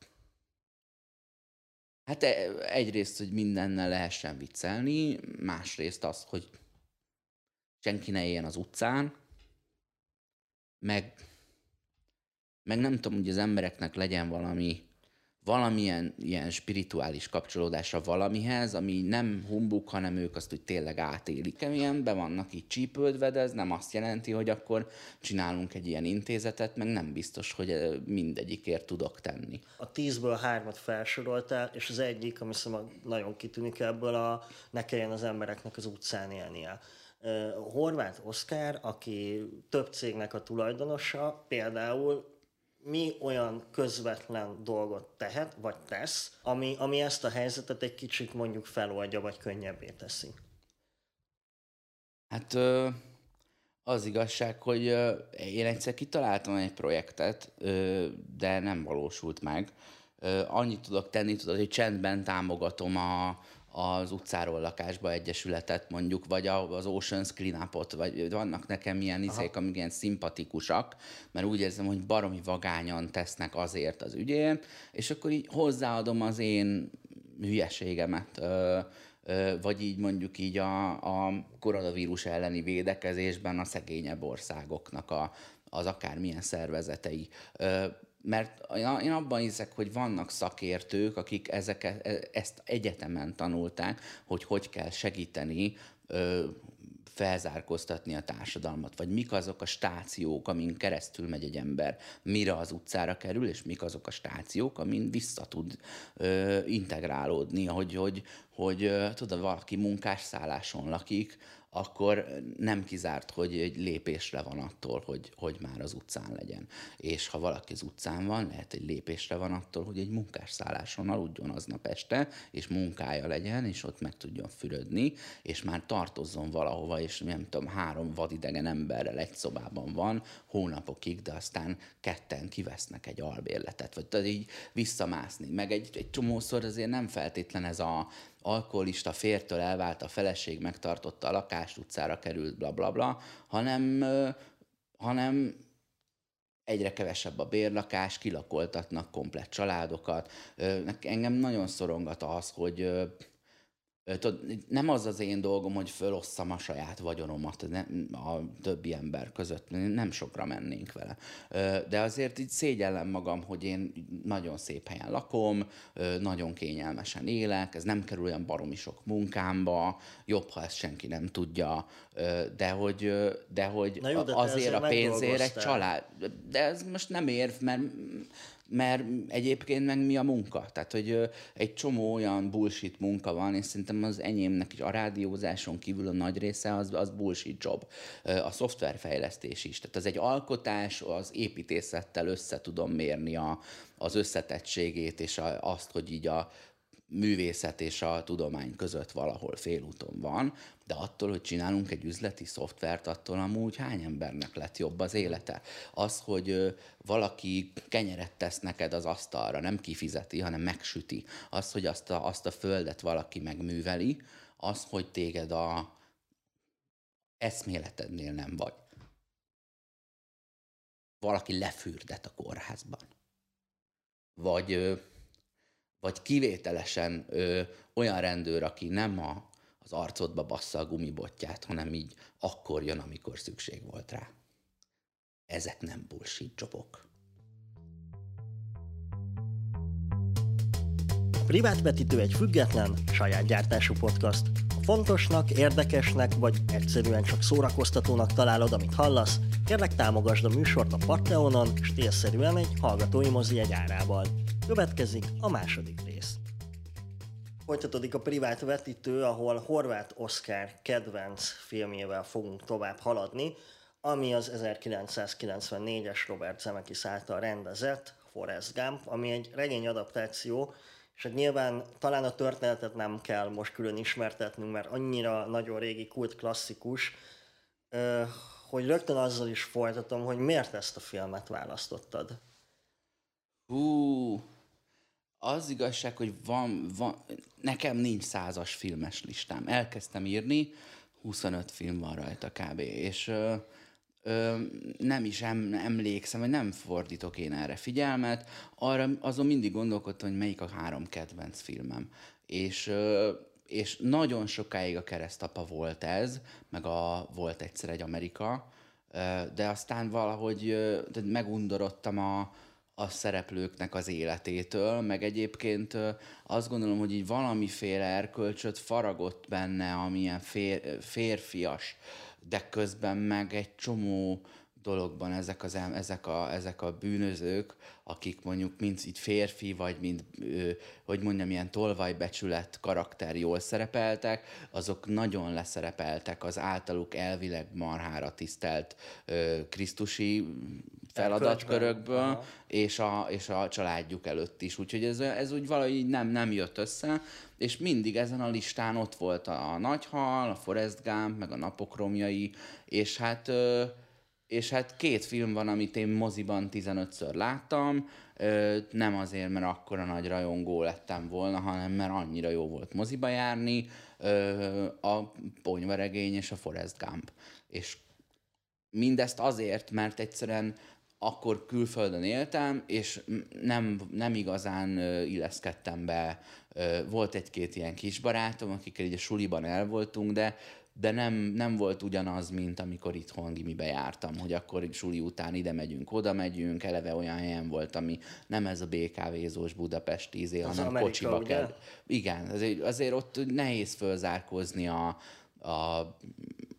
Hát egyrészt, hogy mindennel lehessen viccelni, másrészt az, hogy senki ne éljen az utcán, meg nem tudom, hogy az embereknek legyen valamilyen ilyen spirituális kapcsolódása valamihez, ami nem humbug, hanem ők azt úgy tényleg átélik. Ilyen be vannak így csípődve, de ez nem azt jelenti, hogy akkor csinálunk egy ilyen intézetet, meg nem biztos, hogy mindegyikért tudok tenni. A 10-ből 3-at felsoroltál, és az egyik, ami szóval nagyon kitűnik ebből, ne kelljen az embereknek az utcán élnie. Horváth Oszkár, aki több cégnek a tulajdonosa, például mi olyan közvetlen dolgot tehet, vagy tesz, ami ezt a helyzetet egy kicsit mondjuk feloldja, vagy könnyebbé teszi? Hát az igazság, hogy én egyszer kitaláltam egy projektet, de nem valósult meg. Annyit tudok tenni, tudod, hogy csendben támogatom az utcáról lakásba egyesületet mondjuk, vagy az Oceans Cleanupot, vagy vannak nekem ilyen izék, amik ilyen szimpatikusak, mert úgy érzem, hogy baromi vagányan tesznek azért az ügyért, és akkor így hozzáadom az én hülyeségemet, vagy így mondjuk így a koronavírus elleni védekezésben a szegényebb országoknak az akármilyen szervezetei. Mert én abban hiszek, hogy vannak szakértők, akik ezt egyetemen tanulták, hogy kell segíteni felzárkóztatni a társadalmat, vagy mik azok a stációk, amin keresztül megy egy ember, mire az utcára kerül, és mik azok a stációk, amin vissza tud integrálódni, hogy tudod, valaki munkásszálláson lakik, akkor nem kizárt, hogy egy lépésre van attól, hogy már az utcán legyen. És ha valaki az utcán van, lehet egy lépésre van attól, hogy egy munkásszálláson aludjon aznap este, és munkája legyen, és ott meg tudjon fürödni, és már tartozzon valahova, és nem tudom, 3 vadidegen emberrel egy szobában van hónapokig, de aztán ketten kivesznek egy albérletet, vagy tudod, így visszamászni. Meg egy csomószor azért nem feltétlen ez a alkoholista fértől elvált a feleség, megtartotta a lakást, utcára került, blablabla, bla, bla, hanem egyre kevesebb a bérlakás, kilakoltatnak komplett családokat. Engem nagyon szorongat az, hogy nem az az én dolgom, hogy fölosszam a saját vagyonomat a többi ember között. Nem sokra mennénk vele. De azért így szégyellem magam, hogy én nagyon szép helyen lakom, nagyon kényelmesen élek, ez nem kerül olyan baromi sok munkámba, jobb, ha ezt senki nem tudja, de hogy jó, de azért a pénzért egy család. De ez most nem érv, mert egyébként meg mi a munka? Tehát, hogy egy csomó olyan bullshit munka van, és szerintem az enyémnek is a rádiózáson kívül a nagy része az bullshit job. A szoftverfejlesztés is. Tehát az egy alkotás, az építészettel össze tudom mérni az összetettségét, és azt, hogy így a művészet és a tudomány között valahol félúton van, de attól, hogy csinálunk egy üzleti szoftvert, attól amúgy hány embernek lett jobb az élete? Az, hogy valaki kenyeret tesz neked az asztalra, nem kifizeti, hanem megsüti. Az, hogy azt a földet valaki megműveli, az, hogy téged a eszméletednél nem vagy. Valaki lefürdet a kórházban. Vagy kivételesen olyan rendőr, aki nem az arcodba bassza a gumibotját, hanem így akkor jön, amikor szükség volt rá. Ezek nem bullshit jobok. A Privátvetítő egy független, saját gyártású podcast. Ha fontosnak, érdekesnek, vagy egyszerűen csak szórakoztatónak találod, amit hallasz, kérlek támogasd a műsort a Patreonon, stílszerűen egy hallgatói mozijegy árával. Következik a második rész. Folytatódik a Privátvetítő, ahol Horváth Oszkár kedvenc filmjével fogunk tovább haladni, ami az 1994-es Robert Zemeckis által rendezett Forrest Gump, ami egy regényadaptáció, és hát nyilván talán a történetet nem kell most külön ismertetnünk, mert annyira nagyon régi kult klasszikus, hogy rögtön azzal is folytatom, hogy miért ezt a filmet választottad. Az igazság, hogy van, nekem nincs 100-as filmes listám. Elkezdtem írni, 25 film van rajta kb. És nem is emlékszem, vagy nem fordítok én erre figyelmet. Azon mindig gondolkodtam, hogy melyik a 3 kedvenc filmem. És nagyon sokáig a Keresztapa volt ez, meg volt egyszer egy Amerika, de aztán valahogy megundorodtam a szereplőknek az életétől, meg egyébként azt gondolom, hogy így valamiféle erkölcsöt faragott benne, amilyen férfias, de közben meg egy csomó dologban ezek a bűnözők, akik mondjuk mind így férfi, vagy mind, hogy mondjam, ilyen tolvajbecsület karakter jól szerepeltek, azok nagyon leszerepeltek az általuk elvileg marhára tisztelt krisztusi feladatkörökből, és a családjuk előtt is. Úgyhogy ez úgy valahogy nem jött össze, és mindig ezen a listán ott volt a Nagyhal, a Forrest Gump, meg a Napok romjai, és hát 2 film van, amit én moziban 15-ször láttam, nem azért, mert akkora nagy rajongó lettem volna, hanem mert annyira jó volt moziba járni, a Ponyvaregény és a Forrest Gump. És mindezt azért, mert egyszerűen akkor külföldön éltem, és nem igazán illeszkedtem be. Volt 1-2 ilyen kis barátom, akikkel így a suliban el voltunk, de nem volt ugyanaz, mint amikor itthon gimibe jártam, hogy akkor suli után ide megyünk, oda megyünk, eleve olyan helyen volt, ami nem ez a BKV-zós budapesti hanem Amerika, kocsiba kell. Igen, azért ott nehéz fölzárkózni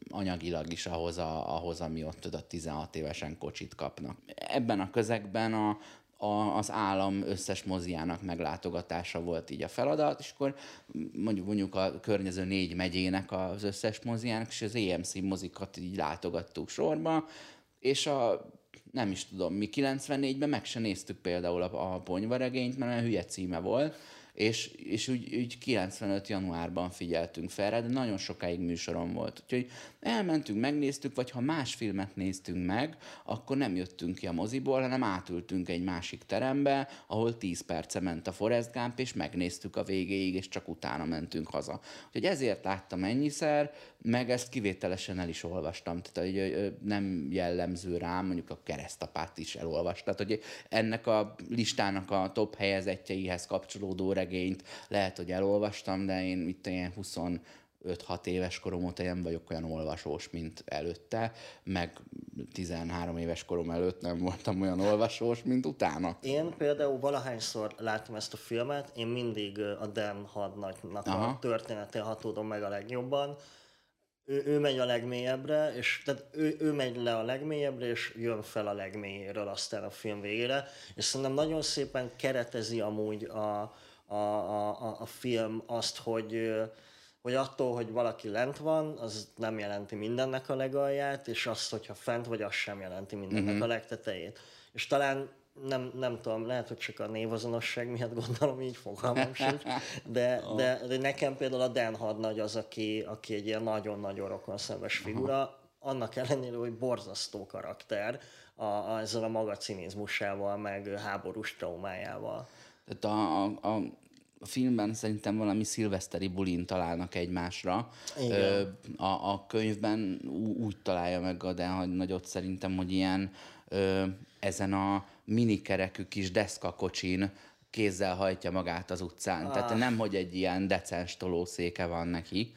anyagilag is ahhoz, ami ott a 16 évesen kocsit kapnak. Ebben a közegben az állam összes moziának meglátogatása volt így a feladat, és akkor mondjuk a környező 4 megyének az összes moziának, és az AMC mozikat így látogattuk sorba, és nem is tudom, mi 94-ben meg se néztük például a Ponyvaregényt, mert olyan hülye címe volt, és úgy 95. januárban figyeltünk fel rá, de nagyon sokáig műsorom volt. Úgyhogy elmentünk, megnéztük, vagy ha más filmet néztünk meg, akkor nem jöttünk ki a moziból, hanem átültünk egy másik terembe, ahol 10 perce ment a Forrest Gump, és megnéztük a végéig, és csak utána mentünk haza. Úgyhogy ezért láttam ennyiszer, meg ezt kivételesen el is olvastam. Tehát hogy nem jellemző rám, mondjuk a Keresztapát is elolvastam. Tehát, hogy ennek a listának a top helyezettjeihez kapcsolódó regényt lehet, hogy elolvastam, de én itt ilyen 25-6 éves korom óta nem vagyok olyan olvasós, mint előtte, meg 13 éves korom előtt nem voltam olyan olvasós, mint utána. Én például valahányszor láttam ezt a filmet, én mindig a Dan hadnagynak a történetén hatódom meg a legjobban. Ő megy a legmélyebbre, és tehát ő megy le a legmélyebbre, és jön fel a legmélyéről aztán a film végére, és szerintem nagyon szépen keretezi amúgy a film azt, hogy attól, hogy valaki lent van, az nem jelenti mindennek a legalját, és azt, hogyha fent vagy, az sem jelenti mindennek a legtetejét. És talán nem tudom, lehet, hogy csak a névazonosság miatt gondolom, így fogalmam sincs, de nekem például a Dan hadnagy az, aki egy ilyen nagyon-nagyon rokonszenves figura, annak ellenére, hogy borzasztó karakter ezzel a maga cinizmusával, meg háborús traumájával. Tehát a filmben szerintem valami szilveszteri bulin találnak egymásra. A könyvben úgy találja meg a Dan hadnagyot szerintem, hogy ilyen ezen a minikerekű kis deszkakocsin kézzel hajtja magát az utcán. Tehát nem, hogy egy ilyen decens tolószéke van neki.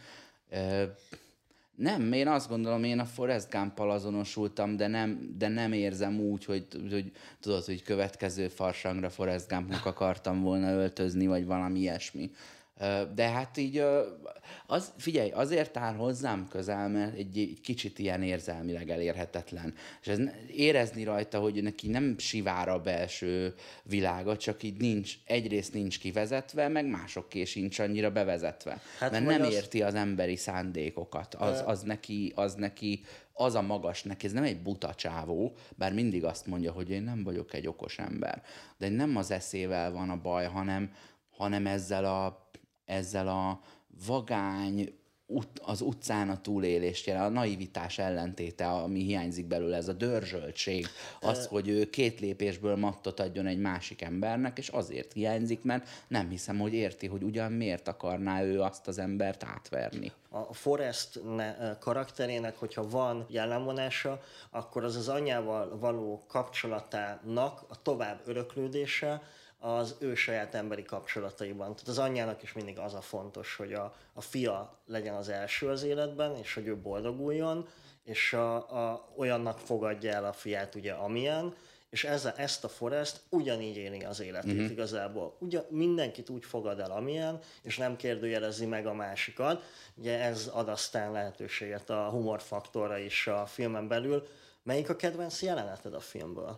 Nem, én azt gondolom, én a Forrest Gump-pal azonosultam, de nem érzem úgy, hogy tudod, hogy következő farsangra Forrest Gumpnak akartam volna öltözni, vagy valami ilyesmi. De hát így, figyelj, azért áll hozzám közel, mert egy kicsit ilyen érzelmileg elérhetetlen. És érezni rajta, hogy neki nem sivár a belső világa, csak így egyrészt nincs kivezetve, meg másokké sincs annyira bevezetve. Hát mert nem érti az emberi szándékokat. Az neki az a magas neki, ez nem egy buta csávó, bár mindig azt mondja, hogy én nem vagyok egy okos ember. De nem az eszével van a baj, hanem ezzel a vagány, az utcán a túlélést jel, a naivitás ellentéte, ami hiányzik belőle, ez a dörzsöltség, az, hogy ő 2 lépésből mattot adjon egy másik embernek, és azért hiányzik, mert nem hiszem, hogy érti, hogy ugyan miért akarná ő azt az embert átverni. A Forrest karakterének, hogyha van jellemvonása, akkor az anyjával való kapcsolatának a tovább öröklődése, az ő saját emberi kapcsolataiban. Tehát az anyjának is mindig az a fontos, hogy a fia legyen az első az életben, és hogy ő boldoguljon, és olyannak fogadja el a fiát, ugye, amilyen, és ezt a Forrest ugyanígy éli az életét igazából. Mindenkit úgy fogad el, amilyen, és nem kérdőjelezi meg a másikat. Ugye ez ad aztán lehetőséget a humorfaktorra is a filmen belül. Melyik a kedvenc jeleneted a filmből?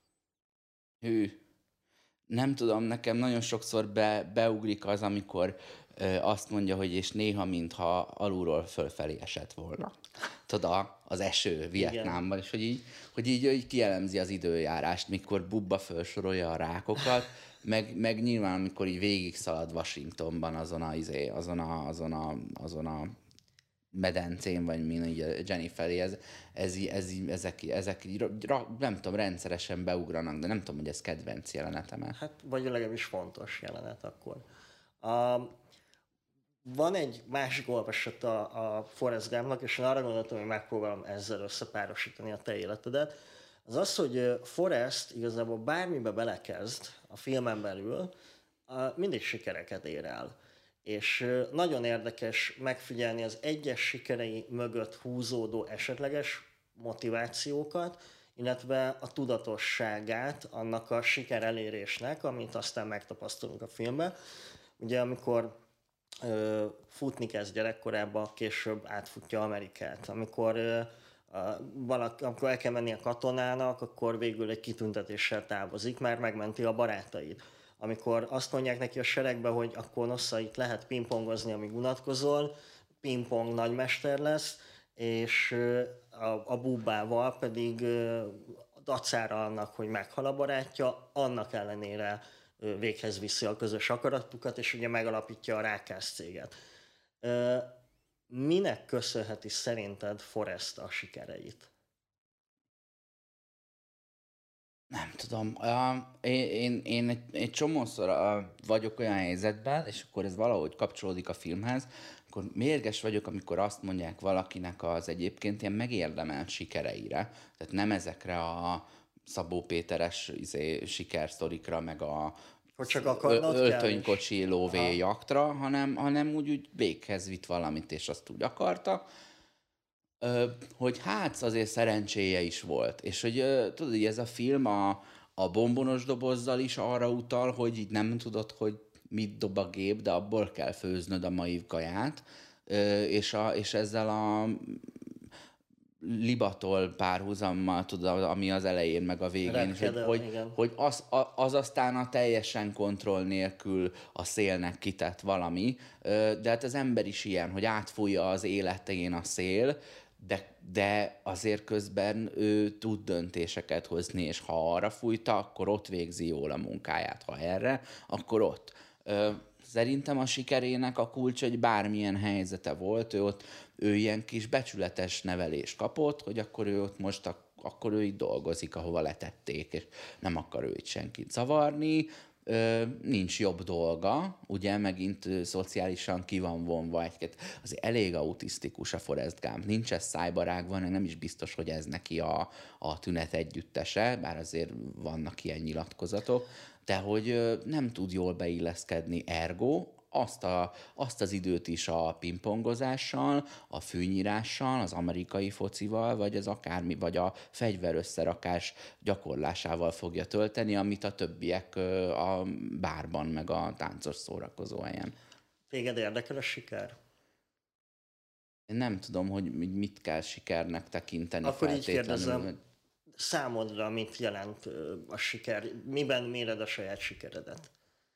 Nem tudom, nekem nagyon sokszor beugrik az, amikor azt mondja, hogy és néha, mintha alulról fölfelé esett volna. Tudod, az eső Vietnámban, és hogy így kielemzi az időjárást, mikor Bubba felsorolja a rákokat, meg nyilván, amikor így végig szalad Washingtonban azon a medencén, vagy mi így Jenny felé, ezek nem tudom, rendszeresen beugranak, de nem tudom, hogy ez kedvenc jelenetem-e. Hát, vagy legalábbis fontos jelenet akkor. Van egy másik olvasata a Forrest Gumpnak, és én arra gondoltam, hogy megpróbálom ezzel összepárosítani a te életedet. Az, hogy Forrest igazából bármibe belekezd a filmen belül, mindig sikereket ér el. És nagyon érdekes megfigyelni az egyes sikerei mögött húzódó esetleges motivációkat, illetve a tudatosságát annak a sikerelérésnek, amit aztán megtapasztalunk a filmben. Ugye amikor futni kezd gyerekkorában, később átfutja Amerikát. Amikor el kell menni a katonának, akkor végül egy kitüntetéssel távozik, mert megmenti a barátait. Amikor azt mondják neki a seregbe, hogy akkor Nossa, itt lehet pingpongozni, amíg unatkozol, pingpong nagymester lesz, és a búbával pedig dacára annak, hogy meghal a barátja, annak ellenére véghez viszi a közös akaratukat, és ugye megalapítja a Rákász céget. Minek köszönheti szerinted Forrest a sikereit? Nem tudom. Én egy csomószor vagyok olyan helyzetben, és akkor ez valahogy kapcsolódik a filmhez, akkor mérges vagyok, amikor azt mondják valakinek az egyébként ilyen megérdemelt sikereire, tehát nem ezekre a Szabó Péteres sikersztorikra, meg a Hogy csak akarnod kell, öltönykocsi lóvé jaktra, hanem úgy véghez vitt valamit, és azt úgy akarta, hogy hát azért szerencséje is volt. És hogy tudod, hogy ez a film a bombonos dobozzal is arra utal, hogy így nem tudod, hogy mit dob a gép, de abból kell főznöd a mai kaját, és ezzel a libatol párhuzammal, tudod, ami az elején meg a végén, hogy az aztán a teljesen kontroll nélkül a szélnek kitett valami, de hát az ember is ilyen, hogy átfújja az életén a szél, de azért közben ő tud döntéseket hozni, és ha arra fújta, akkor ott végzi jól a munkáját, ha erre, akkor ott. Szerintem a sikerének a kulcs, hogy bármilyen helyzete volt, ő ilyen kis becsületes nevelést kapott, hogy akkor ő ott most akkor ő itt dolgozik, ahova letették, és nem akar ő itt senkit zavarni, nincs jobb dolga, ugye megint szociálisan ki van vonva azért elég autisztikus a Forrest Gump, nincs ez szájbarágban, nem is biztos, hogy ez neki a tünet együttese, bár azért vannak ilyen nyilatkozatok, de hogy nem tud jól beilleszkedni, ergo azt az időt is a pingpongozással, a fűnyírással, az amerikai focival, vagy az akármi, vagy a fegyverösszerakás gyakorlásával fogja tölteni, amit a többiek a bárban, meg a táncos szórakozóhelyen. Téged érdekel a siker? Én nem tudom, hogy mit kell sikernek tekinteni. Akkor így kérdezem, számodra mit jelent a siker? Miben méred a saját sikeredet?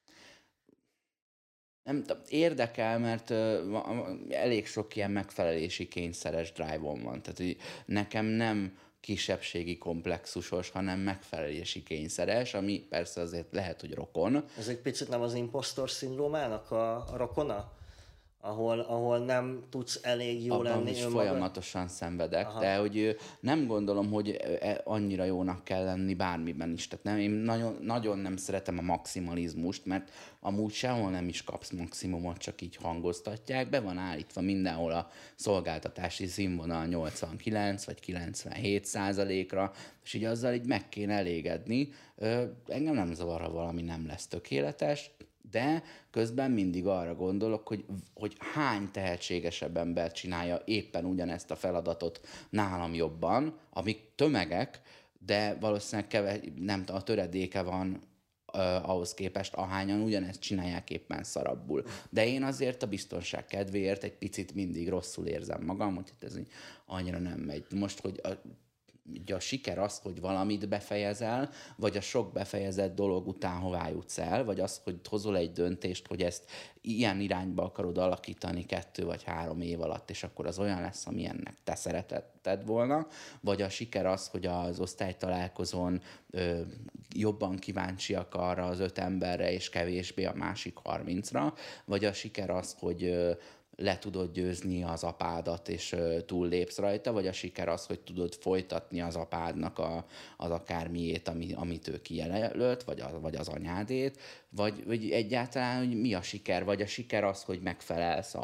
Nem tudom, érdekel, mert elég sok ilyen megfelelési kényszeres drive-on van. Tehát hogy nekem nem kisebbségi komplexusos, hanem megfelelési kényszeres, ami persze azért lehet, hogy rokon. Ez egy picit nem az impostor szindrómának a rokona? Ahol nem tudsz elég jó lenni is folyamatosan szenvedek, aha, de hogy nem gondolom, hogy annyira jónak kell lenni bármiben is. Tehát én nagyon nem szeretem a maximalizmust, mert amúgy sehol nem is kapsz maximumot, csak így hangoztatják. Be van állítva mindenhol a szolgáltatási színvonal 89 vagy 97%-ra, és így azzal így meg kéne elégedni. Engem nem zavar, ha valami nem lesz tökéletes, de közben mindig arra gondolok, hogy hány tehetségesebb ember csinálja éppen ugyanezt a feladatot nálam jobban, amik tömegek, de valószínűleg nem a töredéke van ahhoz képest, ahányan ugyanezt csinálják éppen szarabbul. De én azért a biztonság kedvéért egy picit mindig rosszul érzem magam, hogy ez annyira nem megy. Most, hogy a siker az, hogy valamit befejezel, vagy a sok befejezett dolog után hová jutsz el, vagy az, hogy hozol egy döntést, hogy ezt ilyen irányba akarod alakítani 2 vagy 3 év alatt, és akkor az olyan lesz, amilyennek te szeretted volna, vagy a siker az, hogy az osztálytalálkozón jobban kíváncsiak arra az 5 emberre, és kevésbé a másik 30-ra, vagy a siker az, hogy le tudod győzni az apádat, és túllépsz rajta, vagy a siker az, hogy tudod folytatni az apádnak az akármiét, amit ő kijelölt, vagy az anyádét, vagy egyáltalán, hogy mi a siker, vagy a siker az, hogy megfelelsz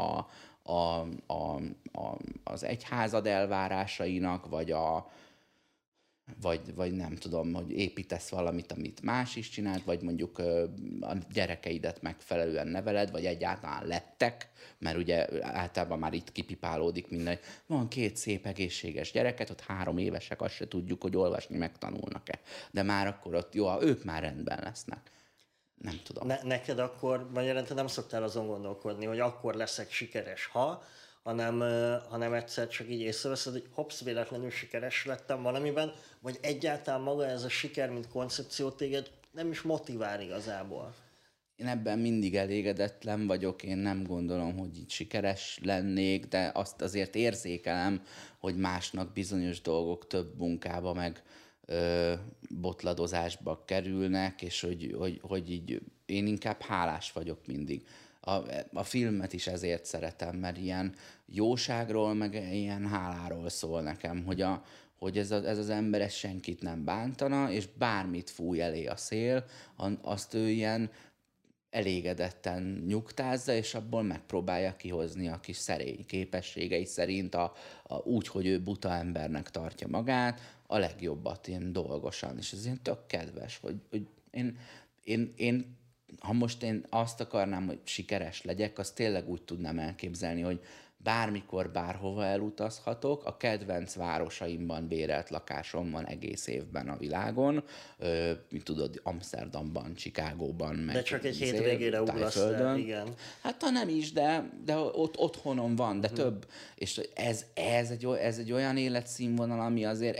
az egyházad elvárásainak, vagy nem tudom, hogy építesz valamit, amit más is csinált, vagy mondjuk a gyerekeidet megfelelően neveled, vagy egyáltalán lettek, mert ugye általában már itt kipipálódik minden, van 2 szép egészséges gyereket, ott 3 évesek, azt se tudjuk, hogy olvasni megtanulnak-e. De már akkor ott jó, ők már rendben lesznek. nem tudom. Neked akkor, magyarán te nem szoktál azon gondolkodni, hogy akkor leszek sikeres, hanem egyszer csak így észreveszed, hogy hopsz, véletlenül sikeres lettem valamiben, vagy egyáltalán maga ez a siker, mint koncepció téged nem is motivál igazából. Én ebben mindig elégedetlen vagyok, én nem gondolom, hogy így sikeres lennék, de azt azért érzékelem, hogy másnak bizonyos dolgok több munkába meg botladozásba kerülnek, és hogy így én inkább hálás vagyok mindig. A filmet is ezért szeretem, mert ilyen jóságról, meg ilyen háláról szól nekem, hogy ez az ember senkit nem bántana, és bármit fúj elé a szél, azt ő ilyen elégedetten nyugtázza, és abból megpróbálja kihozni a kis szerény képességei szerint, úgy, hogy ő buta embernek tartja magát, a legjobbat ilyen dolgosan. És ez ilyen tök kedves, hogy én ha most én azt akarnám, hogy sikeres legyek, azt tényleg úgy tudnám elképzelni, hogy bármikor, bárhova elutazhatok, a kedvenc városaimban bérelt lakásom van egész évben a világon, mit tudod, Amsterdamban, Chicagóban, meg de csak egy hétvégére ugrasz el, igen. Hát ha nem is, de ott otthonom van, de több. És ez egy olyan életszínvonal, ami azért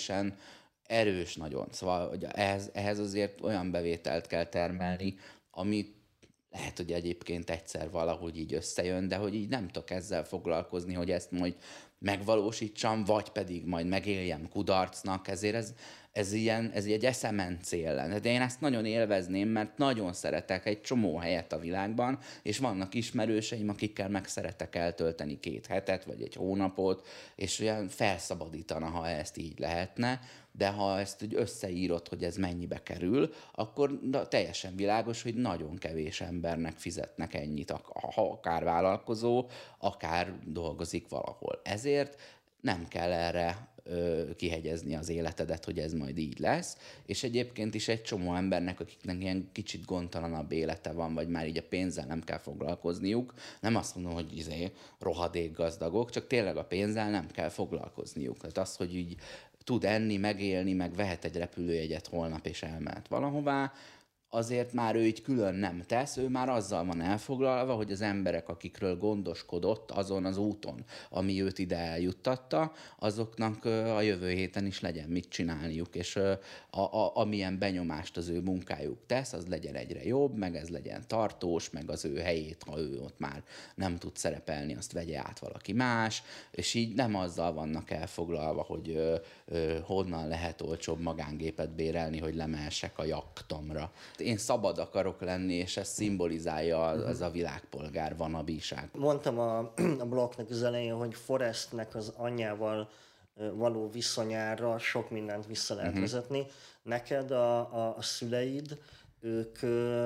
erős nagyon. Szóval hogy ehhez azért olyan bevételt kell termelni, amit lehet, hogy egyébként egyszer valahogy így összejön, de hogy így nem tudok ezzel foglalkozni, hogy ezt majd megvalósítsam, vagy pedig majd megéljem kudarcnak, ezért ez egy eszement cél lenne. De én ezt nagyon élvezném, mert nagyon szeretek egy csomó helyet a világban, és vannak ismerőseim, akikkel meg szeretek eltölteni 2 hetet, vagy egy hónapot, és olyan felszabadítana, ha ezt így lehetne, de ha ezt úgy összeírod, hogy ez mennyibe kerül, akkor teljesen világos, hogy nagyon kevés embernek fizetnek ennyit, ha akár vállalkozó, akár dolgozik valahol. Ezért nem kell erre kihegyezni az életedet, hogy ez majd így lesz, és egyébként is egy csomó embernek, akiknek ilyen kicsit gondtalanabb élete van, vagy már így a pénzzel nem kell foglalkozniuk, nem azt mondom, hogy rohadék gazdagok, csak tényleg a pénzzel nem kell foglalkozniuk. Tehát az, hogy így tud enni, megélni, meg vehet egy repülőjegyet holnap, és elmehet valahová, azért már ő így külön nem tesz, ő már azzal van elfoglalva, hogy az emberek, akikről gondoskodott azon az úton, ami őt ide eljuttatta, azoknak a jövő héten is legyen mit csinálniuk, és amilyen benyomást az ő munkájuk tesz, az legyen egyre jobb, meg ez legyen tartós, meg az ő helyét, ha ő ott már nem tud szerepelni, azt vegye át valaki más, és így nem azzal vannak elfoglalva, hogy honnan lehet olcsóbb magángépet bérelni, hogy lemehessek a jaktomra. Én szabad akarok lenni, és ez szimbolizálja ez a világpolgár vanabiság. Mondtam a blognak az elején, hogy Forrestnek az anyjával való viszonyára sok mindent vissza lehet vezetni. Neked a szüleid, ők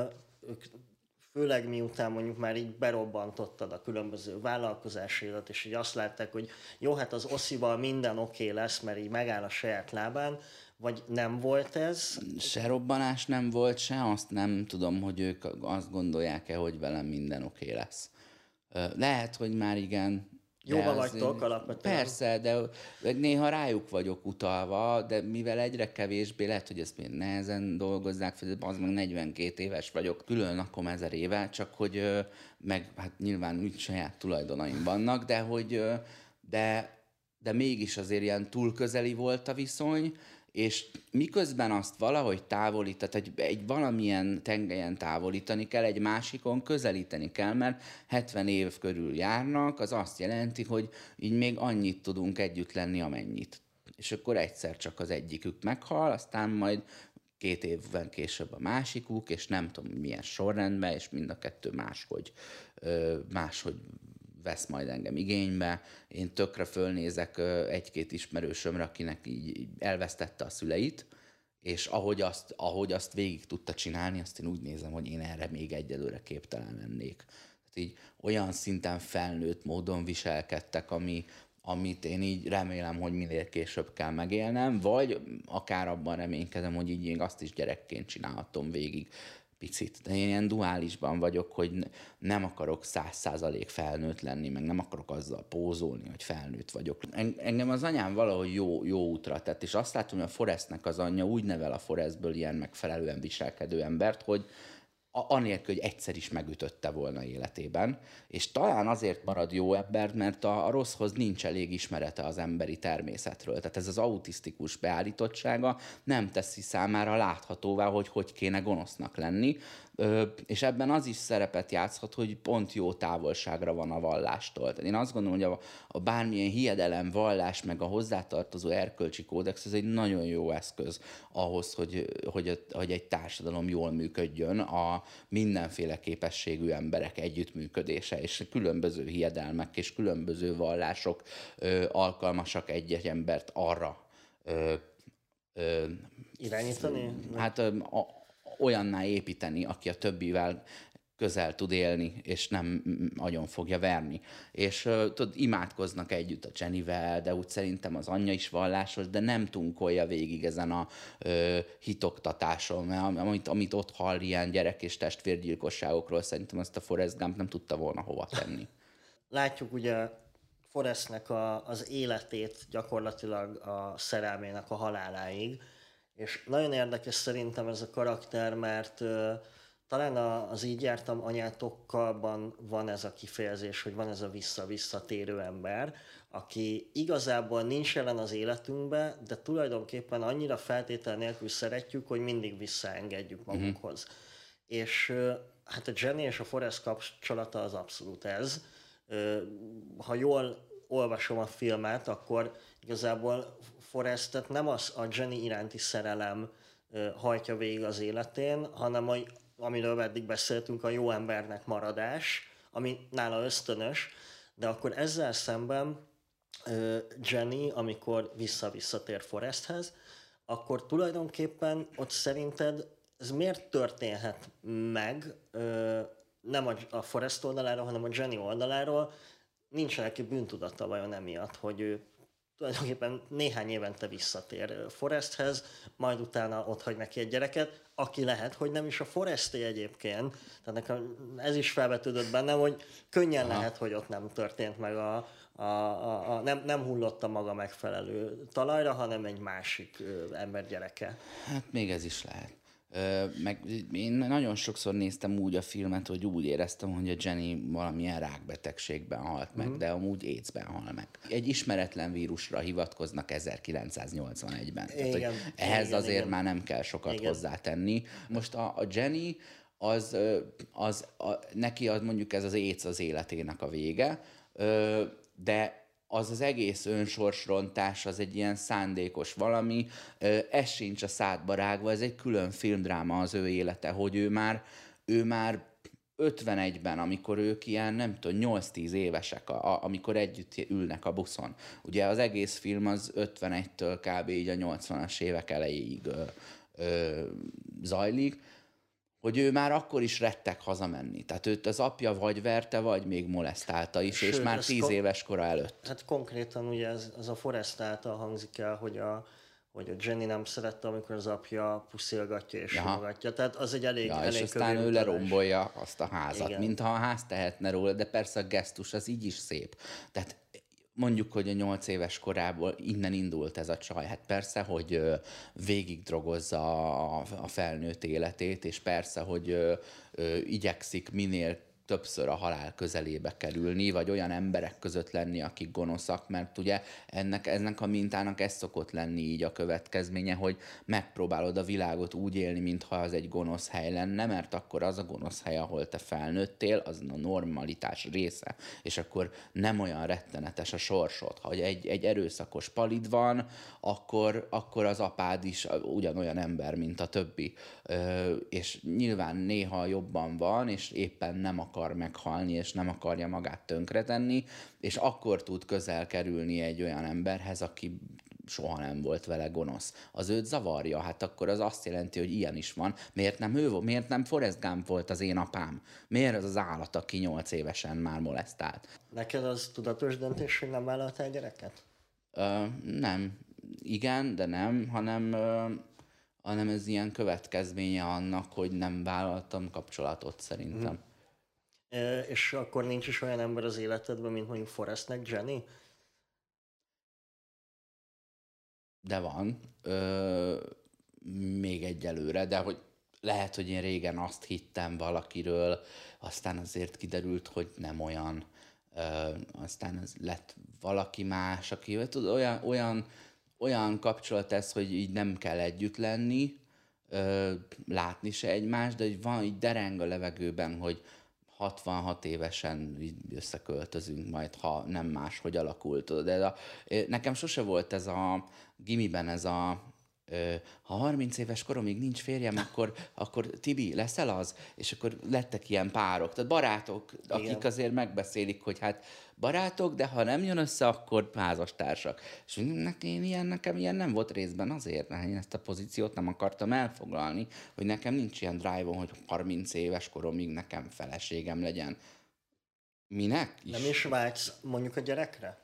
főleg miután mondjuk már így berobbantottad a különböző vállalkozásaidat, és így azt látták, hogy jó, hát az Oszival minden oké lesz, mert így megáll a saját lábán, vagy nem volt ez? Se robbanás nem volt, se azt nem tudom, hogy ők azt gondolják-e, hogy velem minden oké lesz. Lehet, hogy már igen. Jóba vagytok alapvetően. Persze, de néha rájuk vagyok utalva, de mivel egyre kevésbé, lehet, hogy ezt még nehezen dolgozzák, az meg 42 éves vagyok, külön lakom 1000 éve, csak hogy meg hát nyilván úgy saját tulajdonaim vannak, de hogy de mégis azért ilyen túl közeli volt a viszony, és miközben azt valahogy tehát egy valamilyen tengelyen távolítani kell, egy másikon közelíteni kell, mert 70 év körül járnak, az azt jelenti, hogy így még annyit tudunk együtt lenni, amennyit. És akkor egyszer csak az egyikük meghal, aztán majd 2 évvel később a másikuk, és nem tudom, milyen sorrendben, és mind a kettő máshogy vesz majd engem igénybe. Én tökre fölnézek 1-2 ismerősömre, akinek így elvesztette a szüleit, és ahogy azt végig tudta csinálni, azt én úgy nézem, hogy én erre még egyelőre képtelen lennék. Tehát így olyan szinten felnőtt módon viselkedtek, amit én így remélem, hogy minél később kell megélnem, vagy akár abban reménykedem, hogy így még azt is gyerekként csinálhatom végig picit. De én ilyen duálisban vagyok, hogy nem akarok 100% felnőtt lenni, meg nem akarok azzal pózolni, hogy felnőtt vagyok. Engem az anyám valahogy jó útra tett, és azt látom, hogy a Forrestnek az anyja úgy nevel a Forrestből ilyen megfelelően viselkedő embert, hogy anélkül, hogy egyszer is megütötte volna életében, és talán azért marad jó ember, mert a rosszhoz nincs elég ismerete az emberi természetről. Tehát ez az autisztikus beállítottsága nem teszi számára láthatóvá, hogy kéne gonosznak lenni, és ebben az is szerepet játszhat, hogy pont jó távolságra van a vallástól. Tehát én azt gondolom, hogy a bármilyen hiedelem, vallás, meg a hozzátartozó erkölcsi kódex, ez egy nagyon jó eszköz ahhoz, hogy egy társadalom jól működjön, a mindenféle képességű emberek együttműködése, és különböző hiedelmek és különböző vallások alkalmasak egy-egy embert arra irányítani? Hát olyanná építeni, aki a többivel közel tud élni, és nem agyon fogja verni. És tudod, imádkoznak együtt a Jennyvel, de úgy szerintem az anyja is vallásos, de nem tunkolja végig ezen a hitoktatáson, mert amit ott hall ilyen gyerek- és testvérgyilkosságokról, szerintem azt a Forrest Gump nem tudta volna hova tenni. Látjuk ugye Forrestnek az életét gyakorlatilag a szerelmének a haláláig, és nagyon érdekes szerintem ez a karakter, mert talán az Így jártam anyátokkalban van ez a kifejezés, hogy van ez a visszatérő ember, aki igazából nincs jelen az életünkbe, de tulajdonképpen annyira feltétel nélkül szeretjük, hogy mindig visszaengedjük magunkhoz. És hát a Jenny és a Forrest kapcsolata az abszolút ez. Ha jól olvasom a filmet, akkor igazából Forrestet nem a Jenny iránti szerelem hajtja végig az életén, hanem amiről eddig beszéltünk, a jó embernek maradás, ami nála ösztönös, de akkor ezzel szemben Jenny, amikor visszatér Forresthez, akkor tulajdonképpen ott szerinted ez miért történhet meg, nem a Forrest oldaláról, hanem a Jenny oldaláról, nincs neki bűntudata vajon emiatt, hogy ő tulajdonképpen néhány évente visszatér Forresthez, majd utána otthagy neki egy gyereket, aki lehet, hogy nem is a Forresté egyébként. Tehát nekem ez is felvetődött bennem, hogy könnyen lehet, hogy ott nem történt meg nem hullott a maga megfelelő talajra, hanem egy másik ember gyereke. Hát még ez is lehet. Meg én nagyon sokszor néztem úgy a filmet, hogy úgy éreztem, hogy a Jenny valamilyen rákbetegségben halt meg, de amúgy AIDS-ben hal meg. Egy ismeretlen vírusra hivatkoznak 1981-ben. Tehát, ehhez azért már nem kell sokat hozzátenni. Most a Jenny, neki mondjuk ez az AIDS az életének a vége, de az egész önsorsrontás, az egy ilyen szándékos valami, ez sincs a szádba rágva, ez egy külön filmdráma az ő élete, hogy ő már 51-ben, amikor ők ilyen, nem tudom, 8-10 évesek, amikor együtt ülnek a buszon. Ugye az egész film az 51-től kb. Így a 80-as évek elejéig zajlik, hogy ő már akkor is retteg hazamenni. Tehát őt az apja vagy verte, vagy még molesztálta is, és már 10 éves kora előtt. Hát konkrétan ugye ez a Forrest által hangzik el, hogy a Jenny nem szerette, amikor az apja puszilgatja és simogatja. Tehát az egy elég és aztán ő lerombolja azt a házat, igen, mintha a ház tehetne róla, de persze a gesztus az így is szép. Tehát mondjuk, hogy a 8 éves korából innen indult ez a csaj. Hát persze, hogy végig drogozza a felnőtt életét, és persze, hogy igyekszik minél többször a halál közelébe kerülni, vagy olyan emberek között lenni, akik gonoszak, mert ugye ennek a mintának ez szokott lenni így a következménye, hogy megpróbálod a világot úgy élni, mintha az egy gonosz hely lenne, mert akkor az a gonosz hely, ahol te felnőttél, az a normalitás része, és akkor nem olyan rettenetes a sorsod. Ha egy erőszakos palid van, akkor az apád is ugyanolyan ember, mint a többi. És nyilván néha jobban van, és éppen nem akar meghalni, és nem akarja magát tönkretenni, és akkor tud közel kerülni egy olyan emberhez, aki soha nem volt vele gonosz. Az őt zavarja, hát akkor az azt jelenti, hogy ilyen is van. Miért nem Forrest Gump volt az én apám? Miért az az állat, aki 8 évesen már molesztált? Neked az tudatos döntés, hogy nem vállaltál gyereket? Nem. Igen, de nem, hanem ez ilyen következménye annak, hogy nem vállaltam kapcsolatot szerintem. És akkor nincs is olyan ember az életedben, mint mondjuk Forrestnek Jenny? De van. Még egyelőre, de hogy lehet, hogy én régen azt hittem valakiről, aztán azért kiderült, hogy nem olyan. Aztán ez lett valaki más, aki tud, olyan kapcsolat ez, hogy így nem kell együtt lenni, látni se egymást, de így van, így dereng a levegőben, hogy 66 évesen így összeköltözünk majd, ha nem más, hogy alakult. De nekem sose volt ez a gimiben ez a ha 30 éves koromig nincs férjem, akkor Tibi, leszel az? És akkor lettek ilyen párok, tehát barátok, akik Igen. azért megbeszélik, hogy hát barátok, de ha nem jön össze, akkor házastársak. És nekem ilyen nem volt részben azért, mert én ezt a pozíciót nem akartam elfoglalni, hogy nekem nincs ilyen drive-om, hogy 30 éves koromig nekem feleségem legyen. Minek is? Nem is vágysz mondjuk a gyerekre?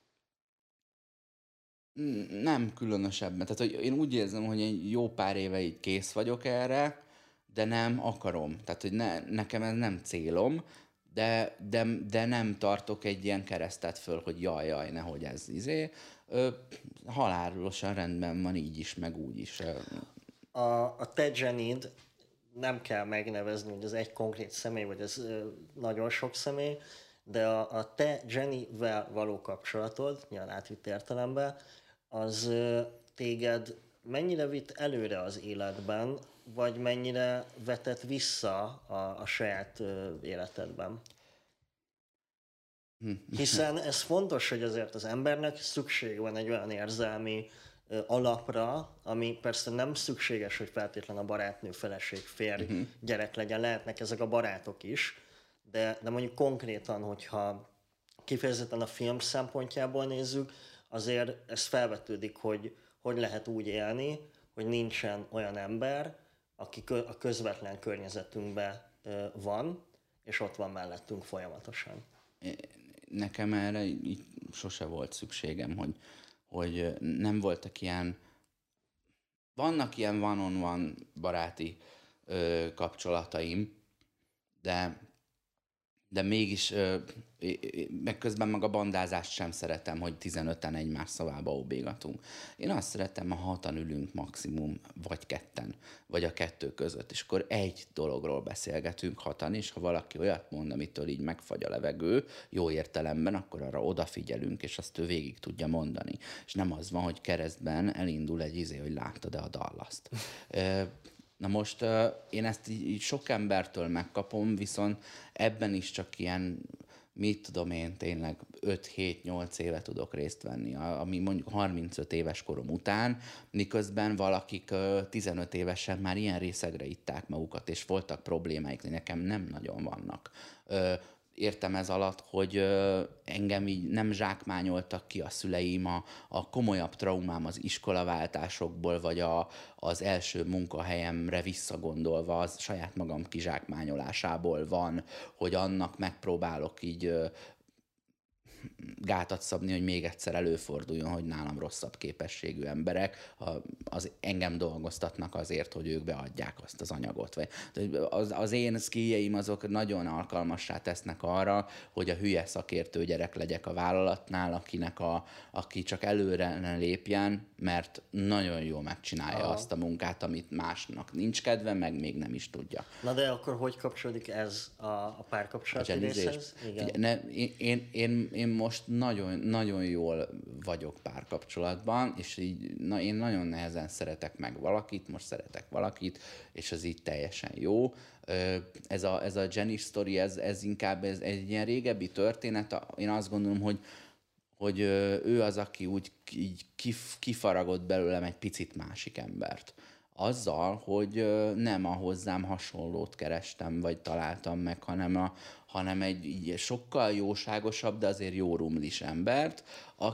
Nem különösebben. Tehát, hogy én úgy érzem, hogy egy jó pár éve így kész vagyok erre, de nem akarom. Tehát, hogy nekem ez nem célom, de nem tartok egy ilyen keresztet föl, hogy jaj, nehogy ez halálosan rendben van így is, meg úgy is. A te Jenny-d nem kell megnevezni, hogy ez egy konkrét személy, vagy ez nagyon sok személy, de a te Jenny-vel való kapcsolatod, nyilván átvitt értelemben, az téged mennyire vitt előre az életben, vagy mennyire vetett vissza a saját életedben? Hiszen ez fontos, hogy azért az embernek szükség van egy olyan érzelmi alapra, ami persze nem szükséges, hogy feltétlen a barátnő, feleség, férj, gyerek legyen, lehetnek ezek a barátok is, de mondjuk konkrétan, hogyha kifejezetten a film szempontjából nézzük, azért ez felvetődik, hogy lehet úgy élni, hogy nincsen olyan ember, aki a közvetlen környezetünkben van, és ott van mellettünk folyamatosan. Nekem erre így sose volt szükségem, hogy nem voltak ilyen, vannak ilyen one-on-one baráti kapcsolataim, de mégis meg közben meg a bandázást sem szeretem, hogy 15-en egymás szavába óbégatunk. Én azt szeretem, ha 6-an ülünk maximum, vagy 2-en, vagy a 2 között, és akkor egy dologról beszélgetünk 6-an, és ha valaki olyat mond, amitől így megfagy a levegő, jó értelemben, akkor arra odafigyelünk, és azt ő végig tudja mondani. És nem az van, hogy keresztben elindul egy hogy láttad-e a Dallast. Na most én ezt így sok embertől megkapom, viszont ebben is csak ilyen, mit tudom én, tényleg 5-7-8 éve tudok részt venni, ami mondjuk 35 éves korom után, miközben valakik 15 évesen már ilyen részegre itták magukat, és voltak problémáik, hogy nekem nem nagyon vannak. Értem ez alatt, hogy engem így nem zsákmányoltak ki a szüleim, a komolyabb traumám az iskolaváltásokból, vagy az első munkahelyemre visszagondolva az saját magam kizsákmányolásából van, hogy annak megpróbálok így gátat szabni, hogy még egyszer előforduljon, hogy nálam rosszabb képességű emberek az engem dolgoztatnak azért, hogy ők beadják azt az anyagot. Vagy az én szkíjeim azok nagyon alkalmassá tesznek arra, hogy a hülye szakértő gyerek legyek a vállalatnál, aki csak előre ne lépjen, mert nagyon jól megcsinálja azt a munkát, amit másnak nincs kedve, meg még nem is tudja. Na de akkor hogy kapcsolódik ez a párkapcsolati részhez? Igen. Én most nagyon, nagyon jól vagyok párkapcsolatban, és így én nagyon nehezen szeretek meg valakit, most szeretek valakit, és az így teljesen jó. Ez a Jenny sztori, ez inkább egy ilyen régebbi történet. Én azt gondolom, hogy ő az, aki úgy így kifaragott belőlem egy picit másik embert. Azzal, hogy nem a hozzám hasonlót kerestem, vagy találtam meg, hanem egy sokkal jóságosabb, de azért jó rumlis embert,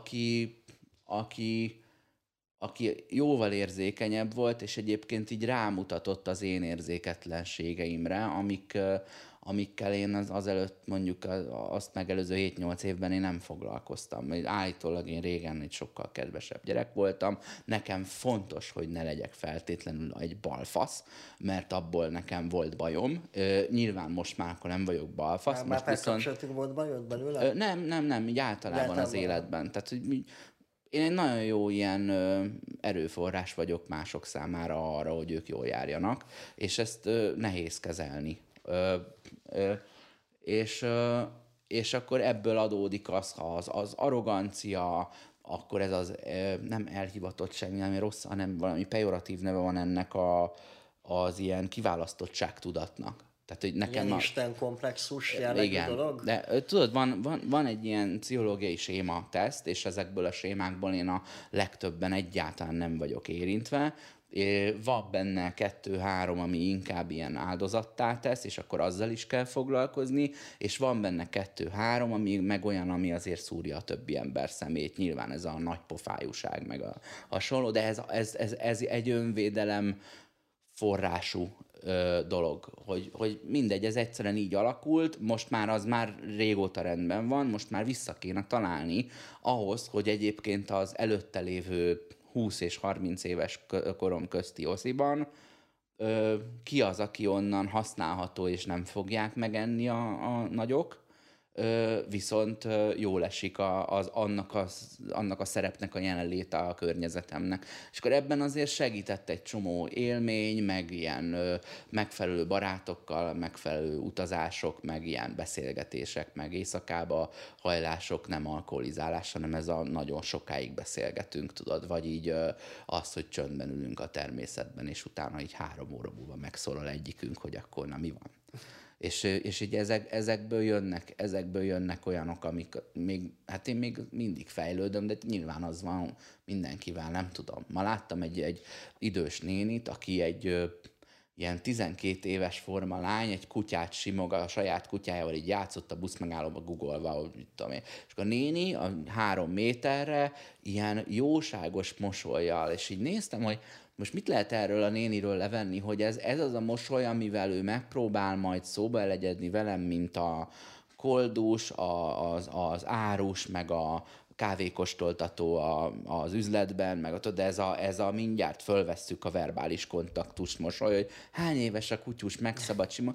aki jóval érzékenyebb volt, és egyébként így rámutatott az én érzéketlenségeimre, amikkel én azelőtt mondjuk azt megelőző 7-8 évben én nem foglalkoztam. Állítólag én régen egy sokkal kedvesebb gyerek voltam. Nekem fontos, hogy ne legyek feltétlenül egy balfasz, mert abból nekem volt bajom. Nyilván most már akkor nem vagyok balfasz. Már párkapcsolatig volt bajod belőle? Nem, így általában az életben. Tehát, hogy Én egy nagyon jó ilyen erőforrás vagyok mások számára arra, hogy ők jól járjanak, és ezt nehéz kezelni. Ö, és, és akkor ebből adódik az arrogancia, akkor ez az nem elhivatottság, nem rossz, hanem valami pejoratív neve van ennek az ilyen kiválasztottság tudatnak. Tehát, hogy nekem ilyen Isten komplexus jellegű igen, dolog? de tudod, van egy ilyen pszichológiai séma teszt, és ezekből a sémákból én a legtöbben egyáltalán nem vagyok érintve. Van benne 2-3, ami inkább ilyen áldozattá tesz, és akkor azzal is kell foglalkozni, és van benne 2-3, ami meg olyan, ami azért szúrja a többi ember szemét. Nyilván ez a nagy pofájúság, meg a hasonló, de ez egy önvédelem forrású dolog, hogy mindegy, ez egyszerűen így alakult, most már az már régóta rendben van, most már vissza kéne találni ahhoz, hogy egyébként az előtte lévő 20 és 30 éves korom közti osziban ki az, aki onnan használható és nem fogják megenni a nagyok, viszont jól esik annak a szerepnek a jelenléte a környezetemnek. És akkor ebben azért segített egy csomó élmény, meg ilyen megfelelő barátokkal, megfelelő utazások, meg ilyen beszélgetések, meg éjszakába hajlások, nem alkoholizálás, hanem ez a nagyon sokáig beszélgetünk, tudod, vagy így az, hogy csöndben ülünk a természetben, és utána így 3 óra múlva megszólal egyikünk, hogy akkor na mi van. És így ezekből jönnek olyanok, amik még, hát én még mindig fejlődöm, de nyilván az van mindenkivel, nem tudom. Ma láttam egy idős nénit, aki egy ilyen 12 éves forma lány, egy kutyát simog, a saját kutyájával így játszott a buszmegállóba googolva, hogy mit tudom én. És a néni a 3 méterre ilyen jóságos mosollyal, és így néztem, hogy most mit lehet erről a néniről levenni, hogy ez az a mosoly, amivel ő megpróbál majd szóba elegyedni velem, mint a koldus, az árus, meg a kávékóstoltató az üzletben, meg de ez a mindjárt fölvesszük a verbális kontaktust mosoly, hogy hány éves a kutyus, megszabad sima.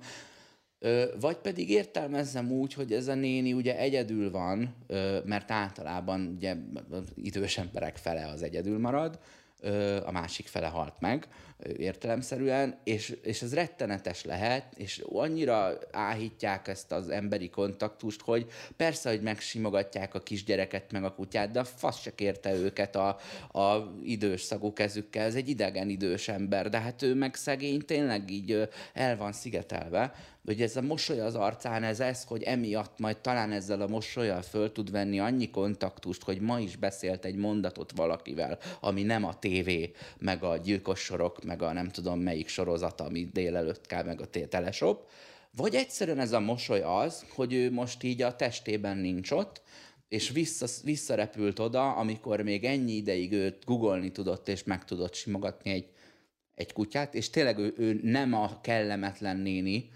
Vagy pedig értelmezzem úgy, hogy ez a néni ugye egyedül van, mert általában ugye az idős emberek fele az egyedül marad, a másik fele halt meg értelemszerűen, és ez rettenetes lehet, és annyira áhítják ezt az emberi kontaktust, hogy persze, hogy megsimogatják a kisgyereket meg a kutyát, de a fasz se kérte őket a idős szagú kezükkel. Ez egy idegen idős ember, de hát ő meg szegény tényleg így el van szigetelve. Hogy ez a mosoly az arcán, ez, hogy emiatt majd talán ezzel a mosollyal föl tud venni annyi kontaktust, hogy ma is beszélt egy mondatot valakivel, ami nem a tévé, meg a gyilkos sorok, meg a nem tudom melyik sorozat, ami délelőtt kell, meg a teleshop, vagy egyszerűen ez a mosoly az, hogy ő most így a testében nincs ott, és visszarepült oda, amikor még ennyi ideig őt googolni tudott, és meg tudott simogatni egy kutyát, és tényleg ő nem a kellemetlen néni,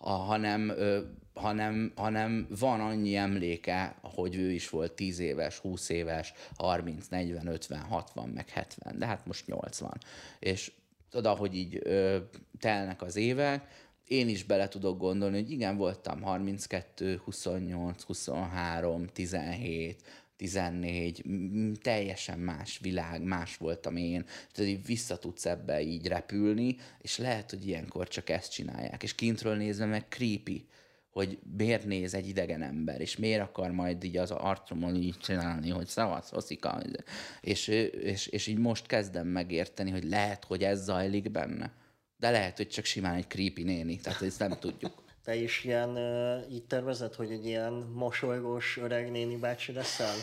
hanem van annyi emléke, hogy ő is volt 10 éves, 20 éves, 30, 40, 50, 60, meg 70, de hát most 80. És tudod, hogy így telnek az évek, én is bele tudok gondolni, hogy igen, voltam 32, 28, 23, 17, 14, teljesen más világ, más voltam én, tehát így vissza tudsz ebbe így repülni, és lehet, hogy ilyenkor csak ezt csinálják, és kintről nézve meg creepy, hogy miért néz egy idegen ember, és miért akar majd így az arcomon így csinálni, hogy szavasz, hosszika, és így most kezdem megérteni, hogy lehet, hogy ez zajlik benne, de lehet, hogy csak simán egy creepy néni, tehát ezt nem tudjuk. Te is ilyen így tervezed, hogy egy ilyen mosolygós öreg néni bácsi leszel?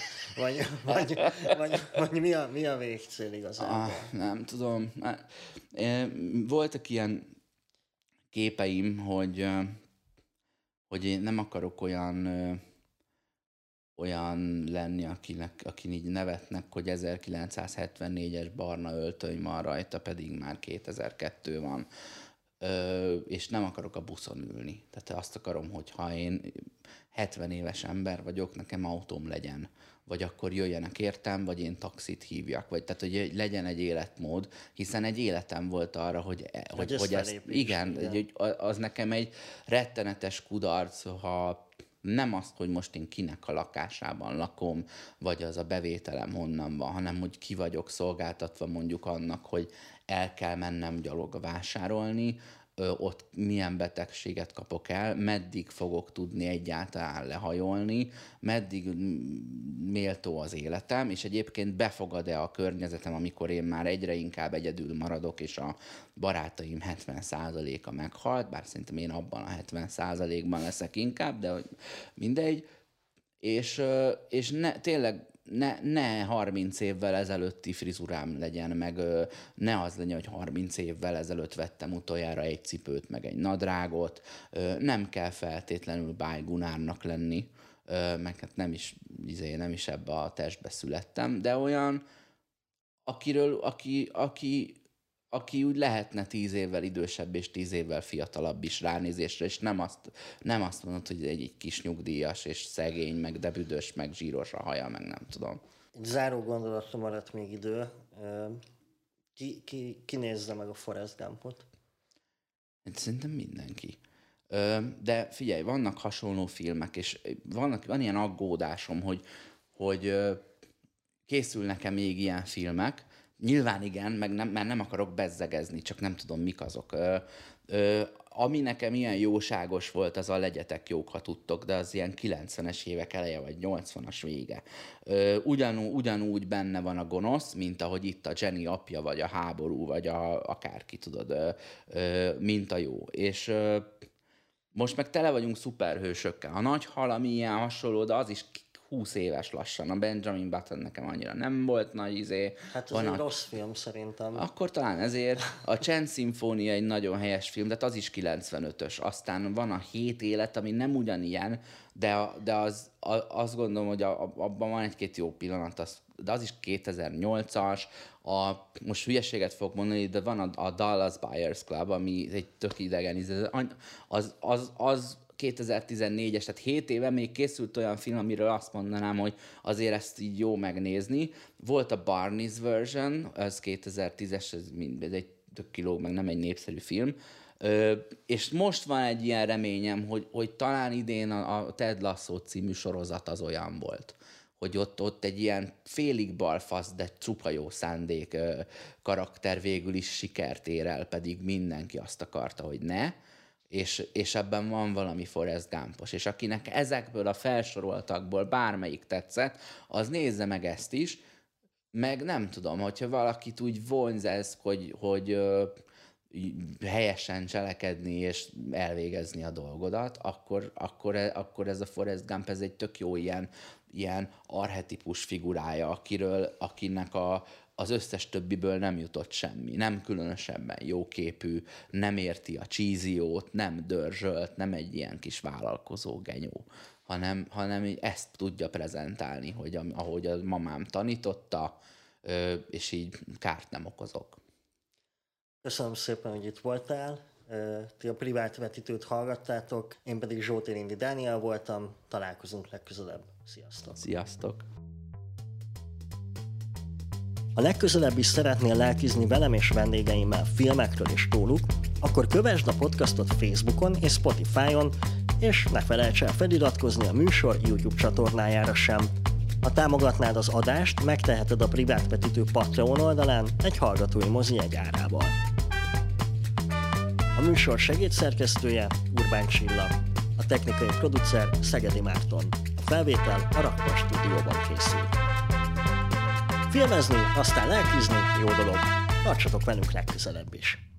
Vagy mi a végcél igazából? Nem tudom. Voltak ilyen képeim, hogy én nem akarok olyan lenni, akin így nevetnek, hogy 1974-es barna öltöny van rajta, pedig már 2002 van. És nem akarok a buszon ülni. Tehát azt akarom, hogy ha én 70 éves ember vagyok, nekem autóm legyen. Vagy akkor jöjjenek értem, vagy én taxit hívjak. Vagy, tehát, hogy legyen egy életmód, hiszen egy életem volt arra, hogy ezt, igen, hogy az nekem egy rettenetes kudarc, ha Nem azt, hogy most én kinek a lakásában lakom, vagy az a bevételem honnan van, hanem hogy ki vagyok szolgáltatva mondjuk annak, hogy el kell mennem gyalog vásárolni, ott milyen betegséget kapok el, meddig fogok tudni egyáltalán lehajolni, meddig méltó az életem, és egyébként befogad-e a környezetem, amikor én már egyre inkább egyedül maradok, és a barátaim 70%-a meghalt, bár szerintem én abban a 70%-ban leszek inkább, de mindegy, és tényleg ne 30 évvel ezelőtti frizurám legyen, meg ne az legyen, hogy 30 évvel ezelőtt vettem utoljára egy cipőt, meg egy nadrágot. Nem kell feltétlenül bájgunárnak lenni, meg hát nem is ebbe a testbe születtem, de olyan, aki úgy lehetne 10 évvel idősebb és 10 évvel fiatalabb is ránézésre, és nem azt mondod, hogy egy kis nyugdíjas és szegény, meg de büdös, meg zsíros a haja, meg nem tudom. Egy záró gondolatra maradt még idő. Ki nézze meg a Forrest Gumpot? Szerintem mindenki. De figyelj, vannak hasonló filmek, és van ilyen aggódásom, hogy készülnek-e még ilyen filmek. Nyilván igen, mert nem akarok bezzegezni, csak nem tudom, mik azok. Ami nekem ilyen jóságos volt, az a Legyetek jók, ha tudtok, de az ilyen 90-es évek eleje, vagy 80-as vége. Ugyanúgy benne van a gonosz, mint ahogy itt a Jenny apja, vagy a háború, vagy akárki, tudod, mint a jó. És most meg tele vagyunk szuperhősökkel. A Nagy hal, ami ilyen hasonló, de az is 20 éves lassan. A Benjamin Button nekem annyira nem volt nagy Hát ez egy rossz film szerintem. Akkor talán ezért. A Csend szimfónia egy nagyon helyes film, de az is 95-ös. Aztán van a 7 élet, ami nem ugyanilyen, de azt gondolom, hogy abban van egy-két jó pillanat, de az is 2008-as. Most hülyeséget fogok mondani, de van a Dallas Buyers Club, ami egy tök idegen, az 2014-es, tehát 7 éve még készült olyan film, amiről azt mondanám, hogy azért ezt így jó megnézni. Volt a Barney's Version, az 2010-es, ez egy tök kilóg, meg nem egy népszerű film. És most van egy ilyen reményem, hogy talán idén a Ted Lasso című sorozat az olyan volt, hogy ott egy ilyen félig balfasz, de csupa jó szándék karakter végül is sikert ér el, pedig mindenki azt akarta, hogy ne. És ebben van valami Forrest Gumpos. És akinek ezekből a felsoroltakból bármelyik tetszett, az nézze meg ezt is, meg nem tudom, hogyha valakit úgy vonz ez, hogy helyesen cselekedni és elvégezni a dolgodat, akkor ez a Forrest Gump, ez egy tök jó ilyen archetipus figurája, akinek az összes többiből nem jutott semmi. Nem különösebben jóképű, nem érti a cheesy-ót, nem dörzsölt, nem egy ilyen kis vállalkozó genyó, hanem ezt tudja prezentálni, hogy ahogy a mamám tanította, és így kárt nem okozok. Köszönöm szépen, hogy itt voltál. Ti a privát vetítőt hallgattátok, én pedig Zsótér Indi Dániel voltam. Találkozunk legközelebb. Sziasztok! Sziasztok! Ha legközelebb is szeretnél lelkizni velem és vendégeimmel filmekről és róluk, akkor kövesd a podcastot Facebookon és Spotify-on, és ne felejts el feliratkozni a műsor YouTube csatornájára sem. Ha támogatnád az adást, megteheted a Privát Vetítő Patreon oldalán egy hallgatói mozi jegyárával. A műsor segédszerkesztője Urbán Csilla, a technikai producer Szegedi Márton. A felvétel a Rakpa stúdióban készült. Filmezni, aztán lelkizni, jó dolog. Tartsatok velünk legközelebb is.